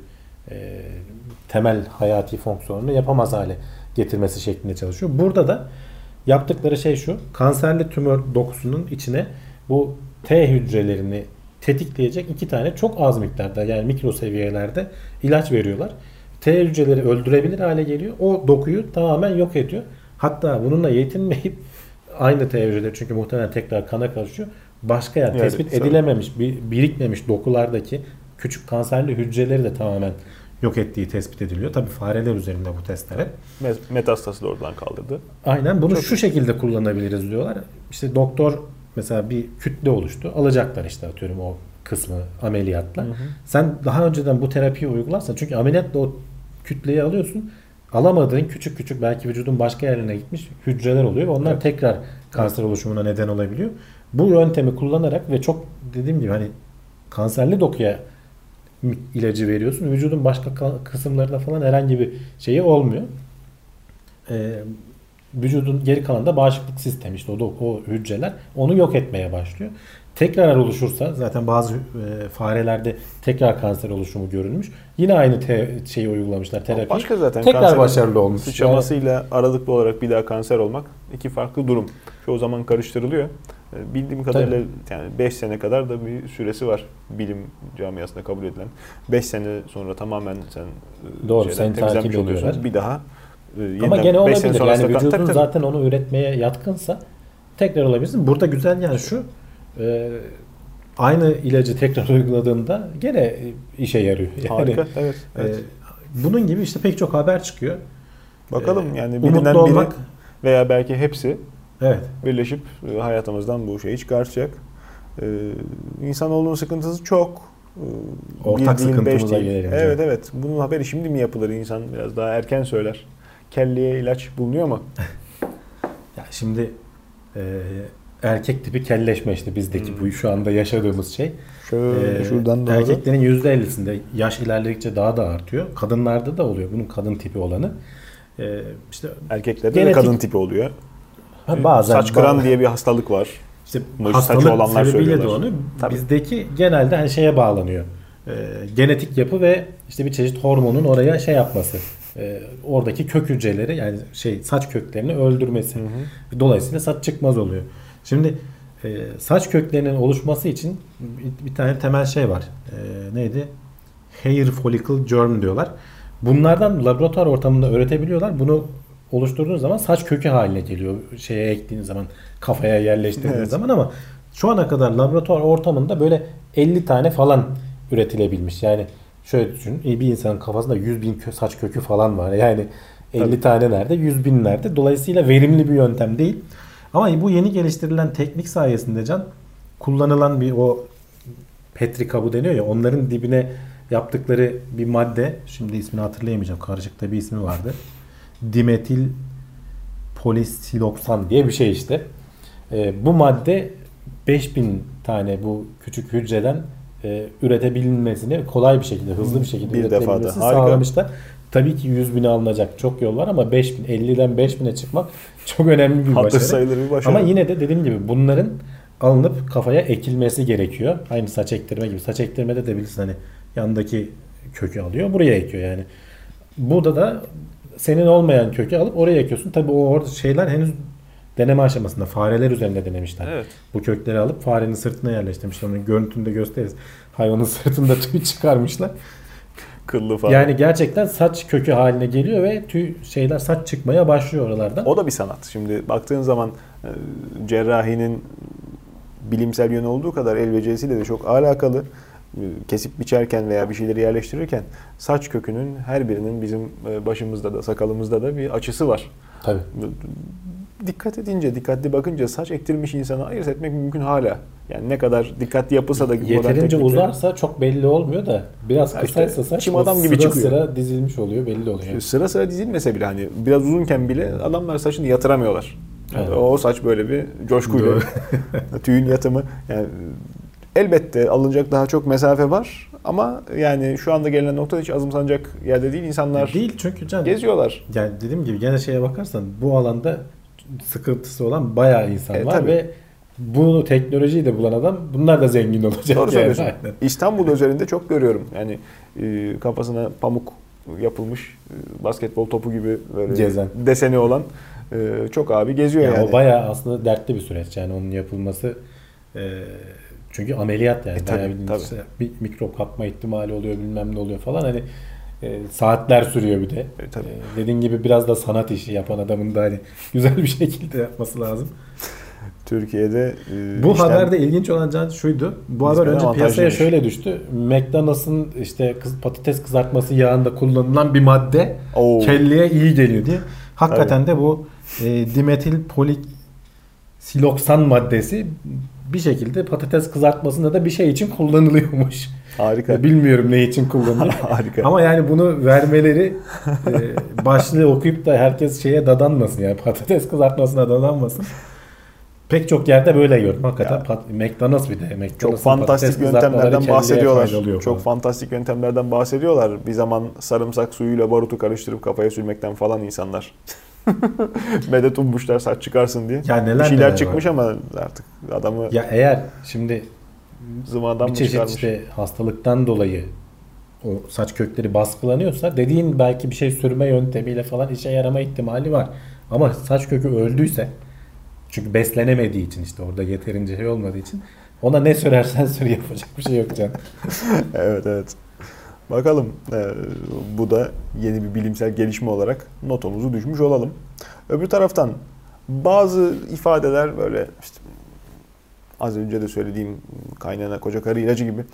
temel hayati fonksiyonunu yapamaz hale getirmesi şeklinde çalışıyor. Burada da yaptıkları şey şu. Kanserli tümör dokusunun içine bu T hücrelerini tetikleyecek 2 tane çok az miktarda yani mikro seviyelerde ilaç veriyorlar. T hücreleri öldürebilir hale geliyor. O dokuyu tamamen yok ediyor. Hatta bununla yetinmeyip aynı T hücreleri çünkü muhtemelen tekrar kana karışıyor. Başka yani tespit edilememiş, birikmemiş dokulardaki küçük kanserli hücreleri de tamamen yok ettiği tespit ediliyor. Tabii fareler üzerinde bu testler hep. Metastası da oradan kaldırdı. Aynen bunu şu şekilde kullanabiliriz diyorlar. İşte doktor mesela bir kütle oluştu. Alacaklar işte atıyorum o kısmı ameliyatla. Hı hı. Sen daha önceden bu terapiyi uygularsan çünkü ameliyatla o kütleyi alıyorsun. Alamadığın küçük belki vücudun başka yerine gitmiş hücreler oluyor ve onlar tekrar kanser oluşumuna neden olabiliyor. Bu yöntemi kullanarak ve çok dediğim gibi hani kanserli dokuya ilacı veriyorsun. Vücudun başka kısımlarında falan herhangi bir şeyi olmuyor. Vücudun geri kalanında bağışıklık sistemi işte o hücreler onu yok etmeye başlıyor. Tekrar oluşursa zaten bazı farelerde tekrar kanser oluşumu görülmüş. Yine aynı şeyi uygulamışlar terapi. Başka zaten tekrar başarılı olmuş. Sıçramasıyla aralıklı olarak bir daha kanser olmak iki farklı durum. Çoğu zaman karıştırılıyor. Bildiğim kadarıyla yani 5 sene kadar da bir süresi var bilim camiasında kabul edilen. 5 sene sonra tamamen sen seni takip ediyorlar. Bir daha ama gene olabilir. Yani vücudun zaten onu üretmeye yatkınsa tekrar olabilirsin. Burada güzel yani şu aynı ilacı tekrar uyguladığında gene işe yarıyor. Yani, harika. Evet. Bunun gibi işte pek çok haber çıkıyor. Bakalım yani bilinen biri veya belki hepsi birleşip hayatımızdan bu şeyi çıkartacak. İnsanoğlunun sıkıntısı çok. Ortak sıkıntımıza gelelim. Evet. Bunun haberi şimdi mi yapılır? İnsan biraz daha erken söyler. Kelleye ilaç bulunuyor mu? Ya şimdi erkek tipi kelleşme işte bizdeki bu şu anda yaşadığımız şey. Şöyle şuradan doğru. Erkeklerin %50'sinde yaş ilerledikçe daha da artıyor. Kadınlarda da oluyor bunun kadın tipi olanı. İşte erkeklerde de kadın tipi oluyor. Bazen saç kıran diye bir hastalık var. İşte hastalık sebebiyle de onu. Tabii. Bizdeki genelde hani şeye bağlanıyor. Genetik yapı ve işte bir çeşit hormonun oraya şey yapması. Oradaki kök hücreleri yani saç köklerini öldürmesi. Dolayısıyla saç çıkmaz oluyor. Şimdi saç köklerinin oluşması için bir tane temel şey var. Neydi? Hair follicle germ diyorlar. Bunlardan laboratuvar ortamında üretebiliyorlar. Bunu oluşturduğunuz zaman saç kökü haline geliyor. Şeye ektiğiniz zaman, kafaya yerleştirdiğiniz zaman ama şu ana kadar laboratuvar ortamında böyle 50 tane falan üretilebilmiş. Yani şöyle düşün. Bir insanın kafasında 100.000 saç kökü falan var. Yani 50 tane nerede? 100.000 nerede? Dolayısıyla verimli bir yöntem değil. Ama bu yeni geliştirilen teknik sayesinde Can kullanılan bir o Petri kabı deniyor ya onların dibine yaptıkları bir madde. Şimdi ismini hatırlayamayacağım. Karışıkta bir ismi vardı. Dimetil polisiloksan diye bir şey işte. Bu madde 5000 tane bu küçük hücreden üretebilmesini kolay bir şekilde, hızlı bir şekilde üretebilmesini sağlamışlar. Tabii ki 100.000'e alınacak çok yol var ama 50'den 5.000'e çıkmak çok önemli bir başarı. Sayılır bir başarı. Ama yine de dediğim gibi bunların alınıp kafaya ekilmesi gerekiyor. Aynı saç ektirme gibi. Saç ektirmede de bilirsin hani yandaki kökü alıyor, buraya ekiyor yani. Burada da senin olmayan kökü alıp oraya ekiyorsun. Tabii o orada şeyler henüz deneme aşamasında. Fareler üzerinde denemişler. Evet. Bu kökleri alıp farenin sırtına yerleştirmişler. Onun görüntünü de gösteririz. Hayvanın sırtında tüy çıkarmışlar. Kıllı falan. Yani gerçekten saç kökü haline geliyor ve saç çıkmaya başlıyor oralardan. O da bir sanat. Şimdi baktığın zaman cerrahinin bilimsel yönü olduğu kadar el becerisiyle de çok alakalı. Kesip biçerken veya bir şeyleri yerleştirirken saç kökünün her birinin bizim başımızda da sakalımızda da bir açısı var. Tabii. Dikkatli bakınca saç ektirmiş insanı ayırt etmek mümkün hala. Yani ne kadar dikkatli yapılsa da yeterince uzarsa çok belli olmuyor da biraz kısaysa saç çim adam gibi çıkıyor. Sıra dizilmiş oluyor, belli oluyor. Sıra sıra dizilmese bile hani biraz uzunken bile adamlar saçını yatıramıyorlar. Yani evet. O saç böyle bir coşkuyla tüyün yatımı yani elbette alınacak daha çok mesafe var ama yani şu anda gelinen nokta hiç azımsanacak yerde değil. İnsanlar değil çünkü geziyorlar. Yani dediğim gibi gene şeye bakarsan bu alanda sıkıntısı olan bayağı insan var tabii. Ve bu teknolojiyi de bulan adam bunlar da zengin olacak. Doğru söylüyorsun. İstanbul üzerinde çok görüyorum. Yani kafasına pamuk yapılmış basketbol topu gibi böyle gezen deseni olan çok abi geziyor yani. O bayağı aslında dertli bir süreç yani onun yapılması. Çünkü ameliyat yani. Tabii. Bir mikrop kapma ihtimali oluyor bilmem ne oluyor falan hani saatler sürüyor bir de. Dediğin gibi biraz da sanat işi yapan adamın da hani güzel bir şekilde yapması lazım. Türkiye'de bu haberde ilginç olan Can şuydu. Bu haber önce piyasaya şöyle düştü. McDonald's'ın işte patates kızartması yağında kullanılan bir madde kelleye iyi geliyor diye. Hakikaten de bu dimetil polisiloksan maddesi bir şekilde patates kızartmasında da bir şey için kullanılıyormuş. Harika. Bilmiyorum ne için kullanılıyor. Harika. Ama yani bunu vermeleri başlığı okuyup da herkes şeye dadanmasın yani patates kızartmasına dadanmasın. Pek çok yerde böyle gördüm. Hakikaten McDonald's bir de. Çok fantastik yöntemlerden bahsediyorlar. Çok fantastik yöntemlerden bahsediyorlar. Bir zaman sarımsak suyuyla barutu karıştırıp kafaya sürmekten falan insanlar. Medet ummuşlar saç çıkarsın diye. Ya bir şeyler çıkmış var. Ama artık adamı ya eğer şimdi zımadan bir çeşit işte hastalıktan dolayı o saç kökleri baskılanıyorsa dediğin belki bir şey sürme yöntemiyle falan işe yarama ihtimali var. Ama saç kökü öldüyse çünkü beslenemediği için işte orada yeterince şey olmadığı için ona ne sürersen sür yapacak bir şey yok canım. Evet. Bakalım bu da yeni bir bilimsel gelişme olarak notumuzu düşmüş olalım. Öbür taraftan bazı ifadeler böyle işte az önce de söylediğim kaynana koca karı ilacı gibi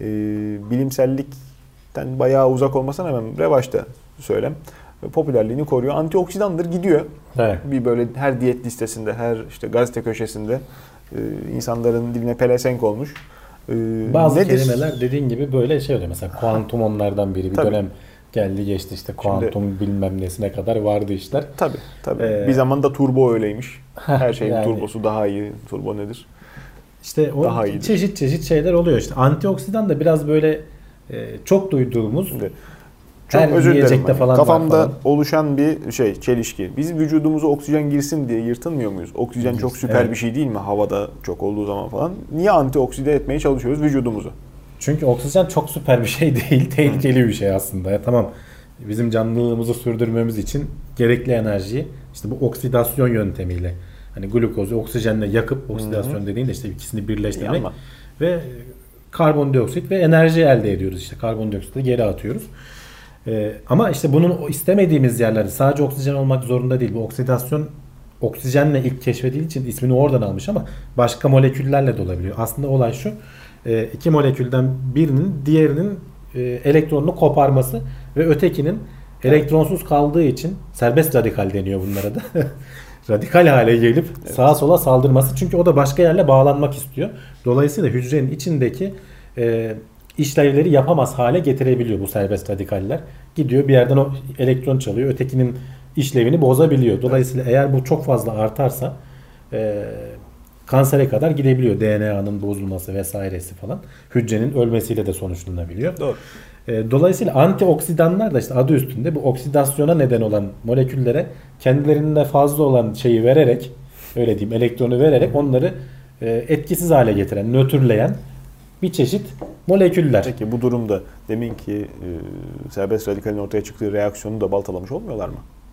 bilimsellikten bayağı uzak olmasına hemen revaçta söylem. Popülerliğini koruyor. Antioksidandır gidiyor. Evet. Bir böyle her diyet listesinde, her işte gazete köşesinde insanların diline pelesenk olmuş. Bazı kelimeler dediğin gibi böyle şey oluyor. Mesela kuantum onlardan biri. Bir dönem geldi geçti işte kuantum bilmem nesine kadar vardı işler. Tabii. Bir zaman da turbo öyleymiş. Her şeyin yani, turbosu daha iyi. Turbo nedir? İşte o daha çeşit şeyler oluyor. İşte antioksidan da biraz böyle çok duyduğumuz çok özür dilerim. Falan kafamda oluşan bir çelişki. Biz vücudumuza oksijen girsin diye yırtınmıyor muyuz? Oksijen çok süper bir şey değil mi? Havada çok olduğu zaman falan. Niye antiokside etmeye çalışıyoruz vücudumuzu? Çünkü oksijen çok süper bir şey değil. Tehlikeli bir şey aslında. Ya, tamam. Bizim canlılığımızı sürdürmemiz için gerekli enerjiyi işte bu oksidasyon yöntemiyle hani glukozu oksijenle yakıp oksidasyon dediğinde işte ikisini birleştirmek ve karbondioksit ve enerji elde ediyoruz. İşte karbondioksiti geri atıyoruz. Ama işte bunun istemediğimiz yerlerde sadece oksijen olmak zorunda değil. Bu oksidasyon oksijenle ilk keşfedildiği için ismini oradan almış ama başka moleküllerle de olabiliyor. Aslında olay şu. İki molekülden birinin diğerinin elektronunu koparması ve ötekinin elektronsuz kaldığı için serbest radikal deniyor bunlara da. Radikal hale gelip sağa sola saldırması. Çünkü o da başka yerle bağlanmak istiyor. Dolayısıyla hücrenin içindeki işlevleri yapamaz hale getirebiliyor bu serbest radikaller. Gidiyor bir yerden o elektron çalıyor. Ötekinin işlevini bozabiliyor. Dolayısıyla eğer bu çok fazla artarsa kansere kadar gidebiliyor. DNA'nın bozulması vesairesi falan. Hücrenin ölmesiyle de sonuçlanabiliyor. Doğru. Dolayısıyla antioksidanlar da işte adı üstünde bu oksidasyona neden olan moleküllere kendilerinde fazla olan şeyi vererek, öyle diyeyim, elektronu vererek onları etkisiz hale getiren, nötrleyen bir çeşit moleküller. Peki bu durumda deminki serbest radikalin ortaya çıktığı reaksiyonu da baltalamış olmuyorlar mı?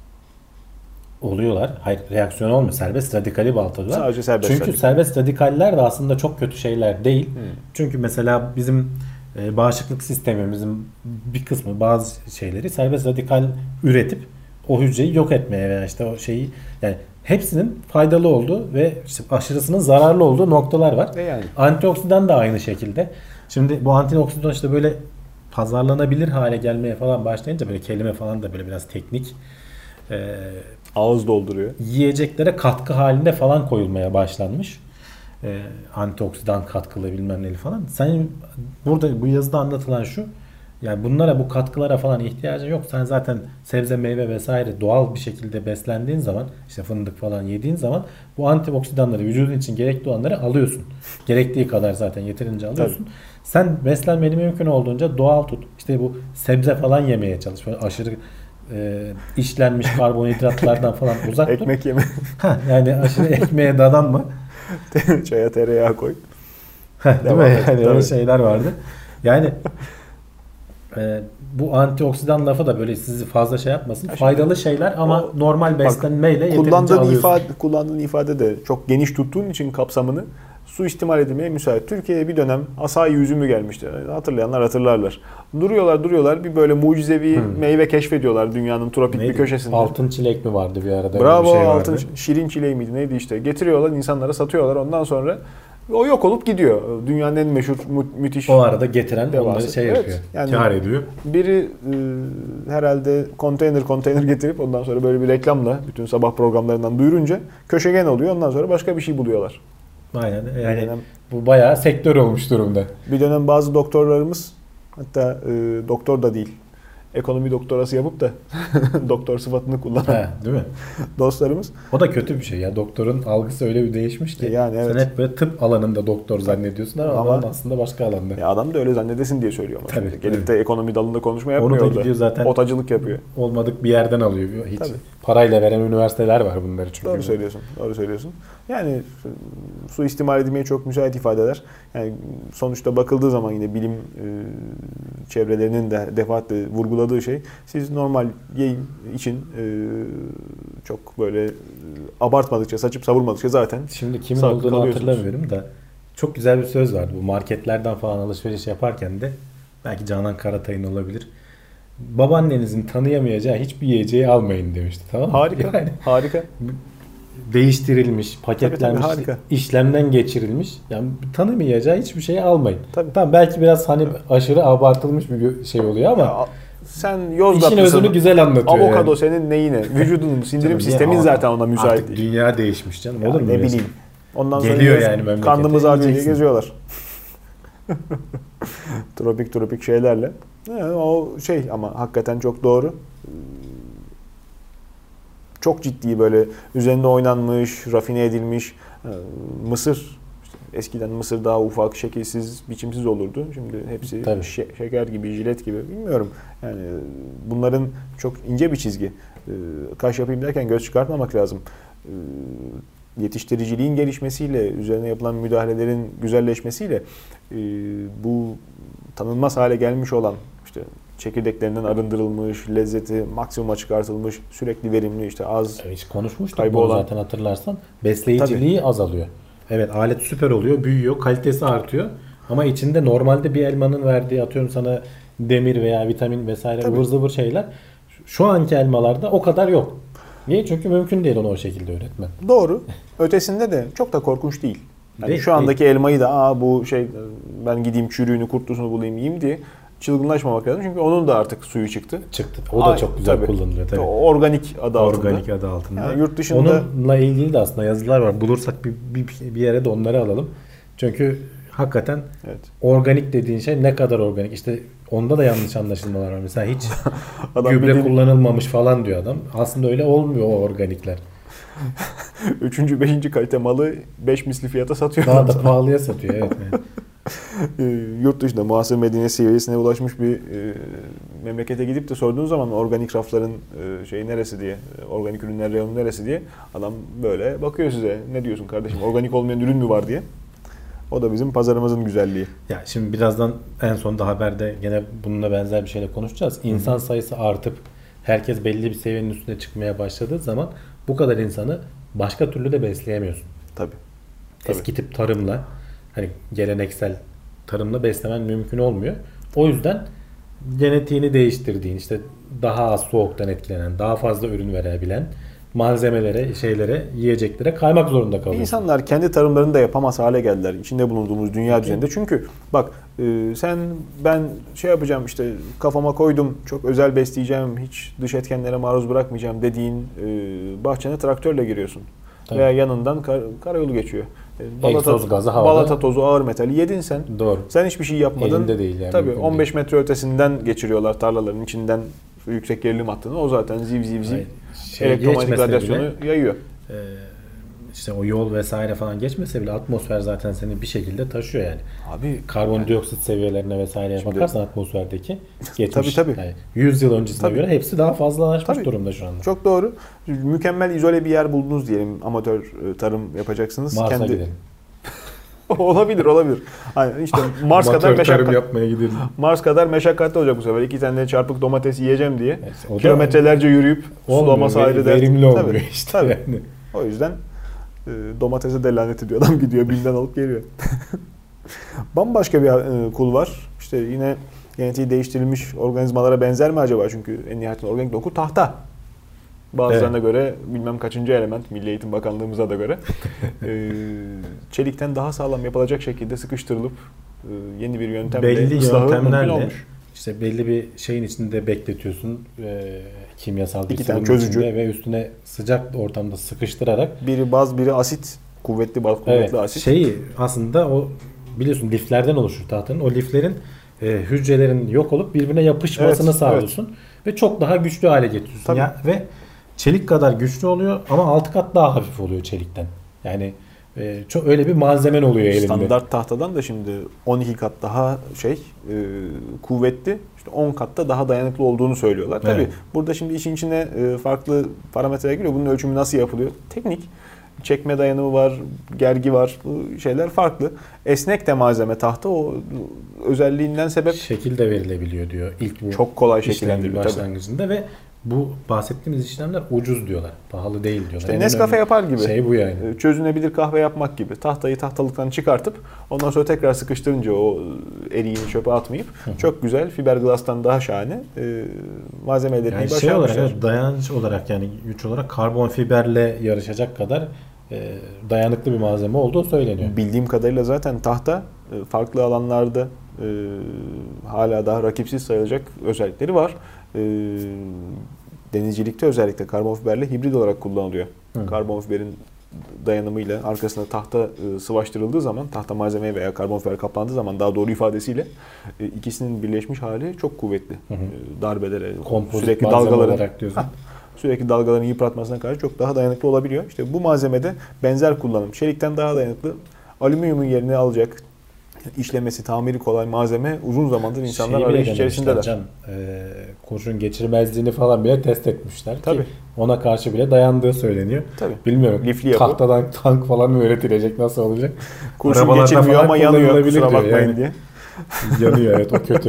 Oluyorlar. Hayır, reaksiyon olmuyor. Serbest radikali baltalıyorlar. Sadece serbest Çünkü radikal. Serbest radikaller de aslında çok kötü şeyler değil. Çünkü mesela bizim bağışıklık sistemimizin bir kısmı bazı şeyleri serbest radikal üretip o hücreyi yok etmeye veya işte o şeyi yani hepsinin faydalı olduğu ve işte aşırısının zararlı olduğu noktalar var. Yani. Antioksidan da aynı şekilde. Şimdi bu antioksidan işte böyle pazarlanabilir hale gelmeye falan başlayınca böyle kelime falan da böyle biraz teknik ağız dolduruyor. Yiyeceklere katkı halinde falan koyulmaya başlanmış. Antioksidan katkılı bilmem neli falan. Sen burada bu yazıda anlatılan şu. Yani bunlara bu katkılara falan ihtiyacın yok. Sen zaten sebze meyve vesaire doğal bir şekilde beslendiğin zaman işte fındık falan yediğin zaman bu antioksidanları vücudun için gerekli olanları alıyorsun. Gerektiği kadar zaten yeterince alıyorsun. Tabii. Sen beslenmeni mümkün olduğunca doğal tut. İşte bu sebze falan yemeye çalış. Böyle aşırı işlenmiş karbonhidratlardan falan uzak dur. Ekmek yeme. Yani aşırı ekmeğe dadanma. Çaya tereyağı koy. Değil mi? Yani öyle şeyler vardı. Yani bu antioksidan lafı da böyle sizi fazla şey yapmasın. Faydalı şeyler ama normal beslenmeyle yeterince alıyorsun. Kullandığın ifade de çok geniş tuttuğun için kapsamını suistimal edilmeye müsait. Türkiye'ye bir dönem asayi üzümü gelmişti. Hatırlayanlar hatırlarlar. Duruyorlar bir böyle mucizevi meyve keşfediyorlar dünyanın tropik bir köşesinde. Altın çilek mi vardı bir arada? Bravo, bir şey altın vardı. Şirin çileği miydi neydi işte. Getiriyorlar insanlara satıyorlar ondan sonra o yok olup gidiyor. Dünyanın en meşhur müthiş. O arada getiren onları şey yapıyor. Yani kâr ediyor. Biri herhalde konteyner getirip ondan sonra böyle bir reklamla bütün sabah programlarından duyurunca köşegen oluyor. Ondan sonra başka bir şey buluyorlar. Aynen. Yani bu bayağı sektör olmuş durumda. Bir dönem bazı doktorlarımız hatta doktor da değil. Ekonomi doktorası yapıp da doktor sıfatını kullanan değil mi? Dostlarımız. O da kötü bir şey ya. Doktorun algısı öyle bir değişmiş ki. Yani evet. Sen hep böyle tıp alanında doktor zannediyorsun ama aslında başka alanda. Ya adam da öyle zannedesin diye söylüyor ama. Tabii, gelip de ekonomi dalında konuşma yapmıyor orada. Onu da gidiyor zaten. Otacılık yapıyor. Olmadık bir yerden alıyor. Hiç parayla veren üniversiteler var bunları çünkü. Doğru söylüyorsun. Yani suistimal edilmeye çok müsait ifadeler. Yani sonuçta bakıldığı zaman yine bilim çevrelerinin de defaatle vurguladığı şey siz normal yayın için çok böyle abartmadıkça, saçıp savurmadıkça zaten şimdi kimin olduğunu hatırlamıyorum da çok güzel bir söz vardı. Bu marketlerden falan alışveriş yaparken de belki Canan Karatay'ın olabilir. Babaannenizin tanıyamayacağı hiçbir yiyeceği almayın demişti. Tamam mı? Harika. Değiştirilmiş, paketlenmiş, işlemden geçirilmiş. Yani tanımayacağı hiçbir şeyi almayın. Tamam belki biraz hani aşırı abartılmış bir şey oluyor ama ya, sen Yozgatlısın. İşin özünü güzel anlatıyor. Avokado yani. Senin neyine? Vücudunun sindirim sistemin zaten ona müsait artık değil. Dünya değişmiş canım. Olur mu? Ne bileyim. Ondan geliyor sonra yani karnımız ağrıyor diye geziyorlar. Tropik şeylerle. O şey ama hakikaten çok doğru. Çok ciddi böyle üzerinde oynanmış, rafine edilmiş mısır. Eskiden mısır daha ufak, şekilsiz, biçimsiz olurdu. Şimdi hepsi şeker gibi, jilet gibi. Bilmiyorum. Yani bunların çok ince bir çizgi. Kaş yapayım derken göz çıkartmamak lazım. Yetiştiriciliğin gelişmesiyle, üzerine yapılan müdahalelerin güzelleşmesiyle bu tanınmaz hale gelmiş olan işte çekirdeklerinden arındırılmış, lezzeti maksimuma çıkartılmış, sürekli verimli işte az hiç konuşmuştuk bunu zaten hatırlarsan. Besleyiciliği azalıyor. Evet, alet süper oluyor, büyüyor, kalitesi artıyor. Ama içinde normalde bir elmanın verdiği, atıyorum sana demir veya vitamin vesaire ıvır zıvır şeyler şu anki elmalarda o kadar yok. Niye? Çünkü mümkün değil onu o şekilde üretmek. Doğru. Ötesinde de çok da korkunç değil. Yani şu andaki elmayı da bu şey ben gideyim çürüğünü, kurtlusunu bulayım yiyeyim diye çılgınlaşmamak lazım. Çünkü onun da artık suyu çıktı. O da çok güzel kullanılıyor tabii. Organik adı altında. Organik adı altında. Yani yurt dışında onunla ilgili de aslında yazılar var. Bulursak bir yere de onları alalım. Çünkü hakikaten organik dediğin şey ne kadar organik? İşte onda da yanlış anlaşılmalar var. Mesela hiç gübre kullanılmamış falan diyor adam. Aslında öyle olmuyor o organikler. 3. 5. kalite malı 5 misli fiyata satıyor. Daha da pahalıya satıyor. Evet. Yurt dışında muhasır medeniyet seviyesine ulaşmış bir memlekete gidip de sorduğun zaman organik rafların şeyi neresi diye, organik ürünler reyonu neresi diye adam böyle bakıyor size. Ne diyorsun kardeşim? Organik olmayan ürün mü var diye. O da bizim pazarımızın güzelliği. Ya şimdi birazdan en sonunda haberde gene bununla benzer bir şeyle konuşacağız. İnsan sayısı artıp herkes belli bir seviyenin üstüne çıkmaya başladığı zaman bu kadar insanı başka türlü de besleyemiyorsun. Tabii. Eski tip tarımla, hani geleneksel tarımla beslemen mümkün olmuyor. O yüzden genetiğini değiştirdiğin, işte daha az soğuktan etkilenen, daha fazla ürün verebilen malzemelere, yiyeceklere kaymak zorunda kalıyor. İnsanlar kendi tarımlarını da yapamaz hale geldiler. İçinde bulunduğumuz dünya düzeninde. Çünkü bak ben şey yapacağım işte kafama koydum, çok özel besleyeceğim, hiç dış etkenlere maruz bırakmayacağım dediğin bahçene traktörle giriyorsun. Tabii. Veya yanından karayolu geçiyor. Balata tozu, ağır metali yedin sen. Doğru. Sen hiçbir şey yapmadın. Elinde değil yani. Tabii 15 metre ötesinden geçiriyorlar tarlaların içinden yüksek gerilim hattını. O zaten ziv elektromanyetik radyasyonu yayıyor. İşte o yol vesaire falan geçmese bile atmosfer zaten seni bir şekilde taşıyor yani. Abi karbondioksit seviyelerine vesaireye bakarsan atmosferdeki geçmiş. Tabii. Yani 100 yıl öncesine göre hepsi daha fazlalaşmış durumda şu anda. Çok doğru. Mükemmel izole bir yer buldunuz diyelim. Amatör tarım yapacaksınız. Mars'a gidelim. olabilir. Hani işte Mars kadar tarım yapmaya gidelim. Mars kadar meşakkatli olacak bu sefer. 2 tane çarpık domates yiyeceğim diye. Kilometrelerce yürüyüp sulaması ayrı dert. Verimli olmuyor işte. Yani. O yüzden domatese de lanet ediyor. Adam gidiyor BİM'den alıp geliyor. Bambaşka bir kul var. İşte yine genetiği değiştirilmiş organizmalara benzer mi acaba? Çünkü en nihayetinde organik doku tahta. Bazılarına göre bilmem kaçıncı element, Milli Eğitim Bakanlığımıza da göre çelikten daha sağlam yapılacak şekilde sıkıştırılıp yeni bir yöntemle ıslahı mümkün olmuş. İşte belli bir şeyin içinde bekletiyorsun, kimyasal bir sıvının içinde ve üstüne sıcak ortamda sıkıştırarak. Biri baz, biri asit, kuvvetli baz, kuvvetli asit. Aslında o biliyorsun liflerden oluşur tahtanın. O liflerin hücrelerin yok olup birbirine yapışmasını sağlıyorsun ve çok daha güçlü hale getiriyorsun. Ve çelik kadar güçlü oluyor ama 6 kat daha hafif oluyor çelikten. Yani çok öyle bir malzemen oluyor elinde. Standart tahtadan da şimdi 12 kat daha kuvvetli, işte 10 katta daha dayanıklı olduğunu söylüyorlar. Evet. Tabii burada şimdi işin içine farklı parametreler giriyor. Bunun ölçümü nasıl yapılıyor? Teknik. Çekme dayanımı var, gergi var. Bu şeyler farklı. Esnek de malzeme tahta, o özelliğinden sebep şekil de verilebiliyor diyor. İlk bu çok kolay şekillendiriliyor başlangıcında ve bu bahsettiğimiz işlemler ucuz diyorlar. Pahalı değil diyorlar. İşte Nescafe yapar gibi. Şey bu yani. Çözünebilir kahve yapmak gibi. Tahtayı tahtalıktan çıkartıp ondan sonra tekrar sıkıştırınca o eriğini çöpe atmayıp çok güzel fiberglass'tan daha şahane malzemeleri yani başarmışlar. Dayanış olarak yani güç olarak karbon fiberle yarışacak kadar dayanıklı bir malzeme olduğu söyleniyor. Bildiğim kadarıyla zaten tahta farklı alanlarda hala daha rakipsiz sayılacak özellikleri var. Denizcilikte özellikle karbon fiberle hibrit olarak kullanılıyor. Karbon fiberin dayanımıyla arkasına tahta sıvaştırıldığı zaman, tahta malzemeye veya karbon fiber kaplandığı zaman, daha doğru ifadesiyle ikisinin birleşmiş hali çok kuvvetli. Darbelere, sürekli dalgaların yıpratmasına karşı çok daha dayanıklı olabiliyor. İşte bu malzemede benzer kullanım. Çelikten daha dayanıklı, alüminyumun yerini alacak, işlemesi, tamiri kolay malzeme uzun zamandır insanlar arayış içerisindeler. Kurşun geçirmezliğini falan bile test etmişler. Tabii. Ki ona karşı bile dayandığı söyleniyor. Tabii. Bilmiyorum. Lifli yapı. Tahtadan tank falan mı üretilecek, nasıl olacak? Kurşun geçirmiyor ama yanıyor, kusura bakmayın yani diye. Yanıyor, evet, o kötü.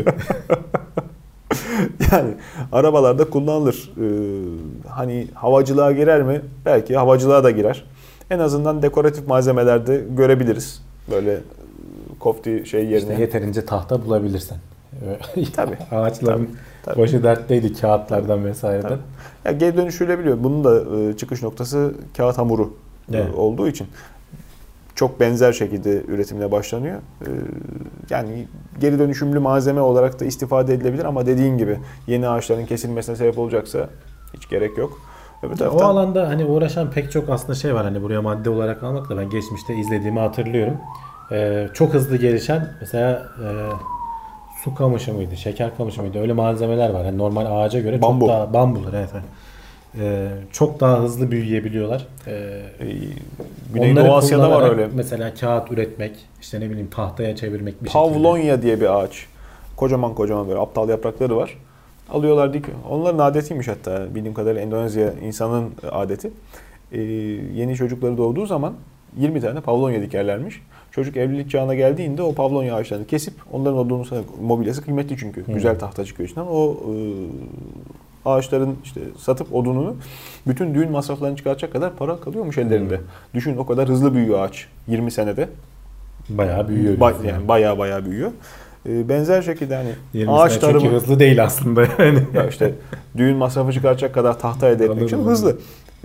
Yani arabalarda kullanılır. Hani havacılığa girer mi? Belki havacılığa da girer. En azından dekoratif malzemelerde görebiliriz. Böyle kofti şey yerine. İşte yeterince tahta bulabilirsen. Tabii. Ağaçların başı dertteydi kağıtlardan vesaireden. Tabii. Ya geri dönüştürülebiliyor. Bunun da çıkış noktası kağıt hamuru olduğu için çok benzer şekilde üretimine başlanıyor. Yani geri dönüşümlü malzeme olarak da istifade edilebilir ama dediğin gibi yeni ağaçların kesilmesine sebep olacaksa hiç gerek yok. O alanda hani uğraşan pek çok aslında şey var, hani buraya madde olarak almakla ben geçmişte izlediğimi hatırlıyorum. Çok hızlı gelişen mesela su kamışı mıydı, şeker kamışı mıydı, öyle malzemeler var. Yani normal ağaca göre çok daha bambular, evet. Çok daha hızlı büyüyebiliyorlar. Güneydoğu Asya'da var öyle. Mesela kağıt üretmek, işte ne bileyim tahtaya çevirmek bir Pavlonya şekilde. diye bir ağaç. Kocaman kocaman böyle aptal yaprakları var. Alıyorlar dikiyor. Onların adetiymiş hatta. Bildiğim kadarıyla Endonezya insanın adeti. Yeni çocukları doğduğu zaman 20 tane pavlonya dikerlermiş. Çocuk evlilik çağına geldiğinde o pavlonya ağaçlarını kesip, onların odunu, mobilyası kıymetli çünkü. Güzel tahta çıkıyor içinden. O ağaçların işte satıp odununu, bütün düğün masraflarını çıkartacak kadar para kalıyormuş ellerinde. Düşün, o kadar hızlı büyüyor ağaç 20 senede. Bayağı büyüyor. Yani bayağı büyüyor. Benzer şekilde hani ağaç tarımı çok hızlı değil aslında yani. Ya işte düğün masrafı çıkaracak kadar tahta elde etmek için hızlı.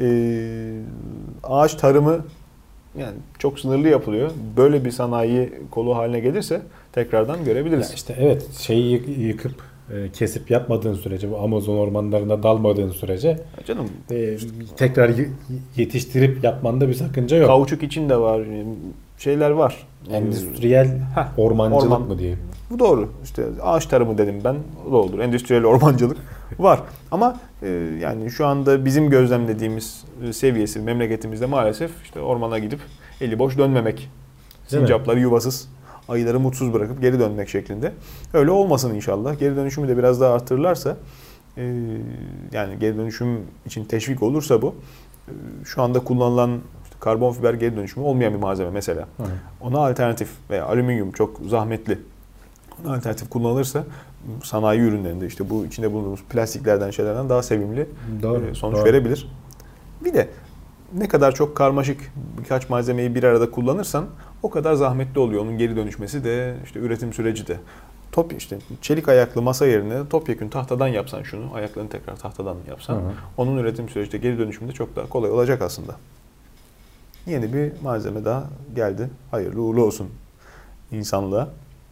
Ağaç tarımı yani çok sınırlı yapılıyor. Böyle bir sanayi kolu haline gelirse tekrardan görebiliriz. Ya işte evet, şeyi yıkıp kesip yapmadığın sürece, bu Amazon ormanlarına dalmadığın sürece canım tekrar yetiştirip yapmanda bir sakınca yok. Kauçuk için de var. Şeyler var. Endüstriyel ormancılık mı diyeyim? Bu doğru. İşte ağaç tarımı dedim ben. O da olur. Endüstriyel ormancılık var. Ama yani şu anda bizim gözlemlediğimiz seviyesi memleketimizde maalesef işte ormana gidip eli boş dönmemek. Sincapları yuvasız, ayıları mutsuz bırakıp geri dönmek şeklinde. Öyle olmasın inşallah. Geri dönüşümü de biraz daha artırırlarsa, yani geri dönüşüm için teşvik olursa bu, şu anda kullanılan karbon fiber geri dönüşümü olmayan bir malzeme mesela. Ona alternatif veya alüminyum çok zahmetli. Ona alternatif kullanılırsa sanayi ürünlerinde işte bu içinde bulunduğumuz plastiklerden, şeylerden daha sevimli sonuç verebilir. Bir de ne kadar çok karmaşık birkaç malzemeyi bir arada kullanırsan o kadar zahmetli oluyor. Onun geri dönüşmesi de, işte üretim süreci de. İşte çelik ayaklı masa yerine topyekün tahtadan yapsan şunu, ayaklarını tekrar tahtadan yapsan, onun üretim süreci de geri dönüşümde çok daha kolay olacak aslında. Yeni bir malzeme daha geldi. Hayırlı uğurlu olsun insanlığa.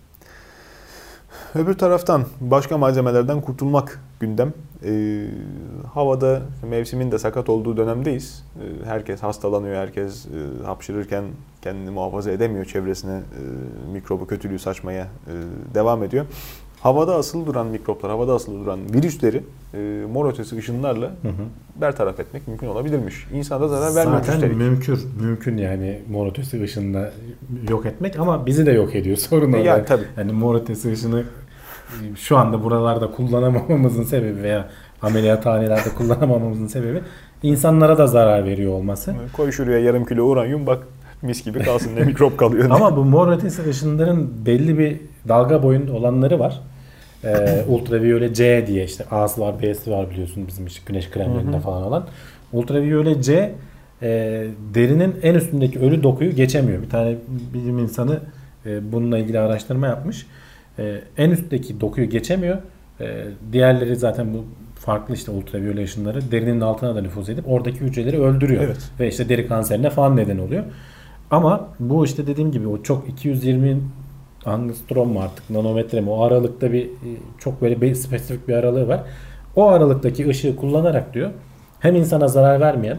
Öbür taraftan başka malzemelerden kurtulmak gündem. Havada mevsimin de sakat olduğu dönemdeyiz. Herkes hastalanıyor, herkes hapşırırken kendini muhafaza edemiyor, çevresine mikrobu, kötülüğü saçmaya devam ediyor. Havada asılı duran mikroplar, havada asılı duran virüsleri mor ötesi ışınlarla bertaraf etmek mümkün olabilirmiş. İnsana da zarar vermiyor. Zaten mümkün yani mor ötesi ışınla yok etmek, ama bizi de yok ediyor. Sorun orada. Yani mor ötesi ışını şu anda buralarda kullanamamamızın sebebi veya ameliyathanelerde kullanamamamızın sebebi insanlara da zarar veriyor olması. Koy şuraya yarım kilo uranyum, bak mis gibi kalsın, ne mikrop kalıyor. Ama bu mor ötesi ışınların belli bir dalga boyunda olanları var. Ultraviyole C diye, işte A'sı var, B'si var biliyorsun bizim işte güneş kremlerinde falan olan. Ultraviyole C derinin en üstündeki ölü dokuyu geçemiyor. Bir tane bilim insanı bununla ilgili araştırma yapmış. En üstteki dokuyu geçemiyor. Diğerleri zaten bu farklı işte ultraviyole ışınları derinin altına da nüfuz edip oradaki hücreleri öldürüyor. Evet. Ve işte deri kanserine falan neden oluyor. Ama bu işte dediğim gibi o çok 220 angstrom mu artık, nanometre mi, o aralıkta bir çok böyle bir spesifik bir aralığı var. O aralıktaki ışığı kullanarak diyor hem insana zarar vermeyen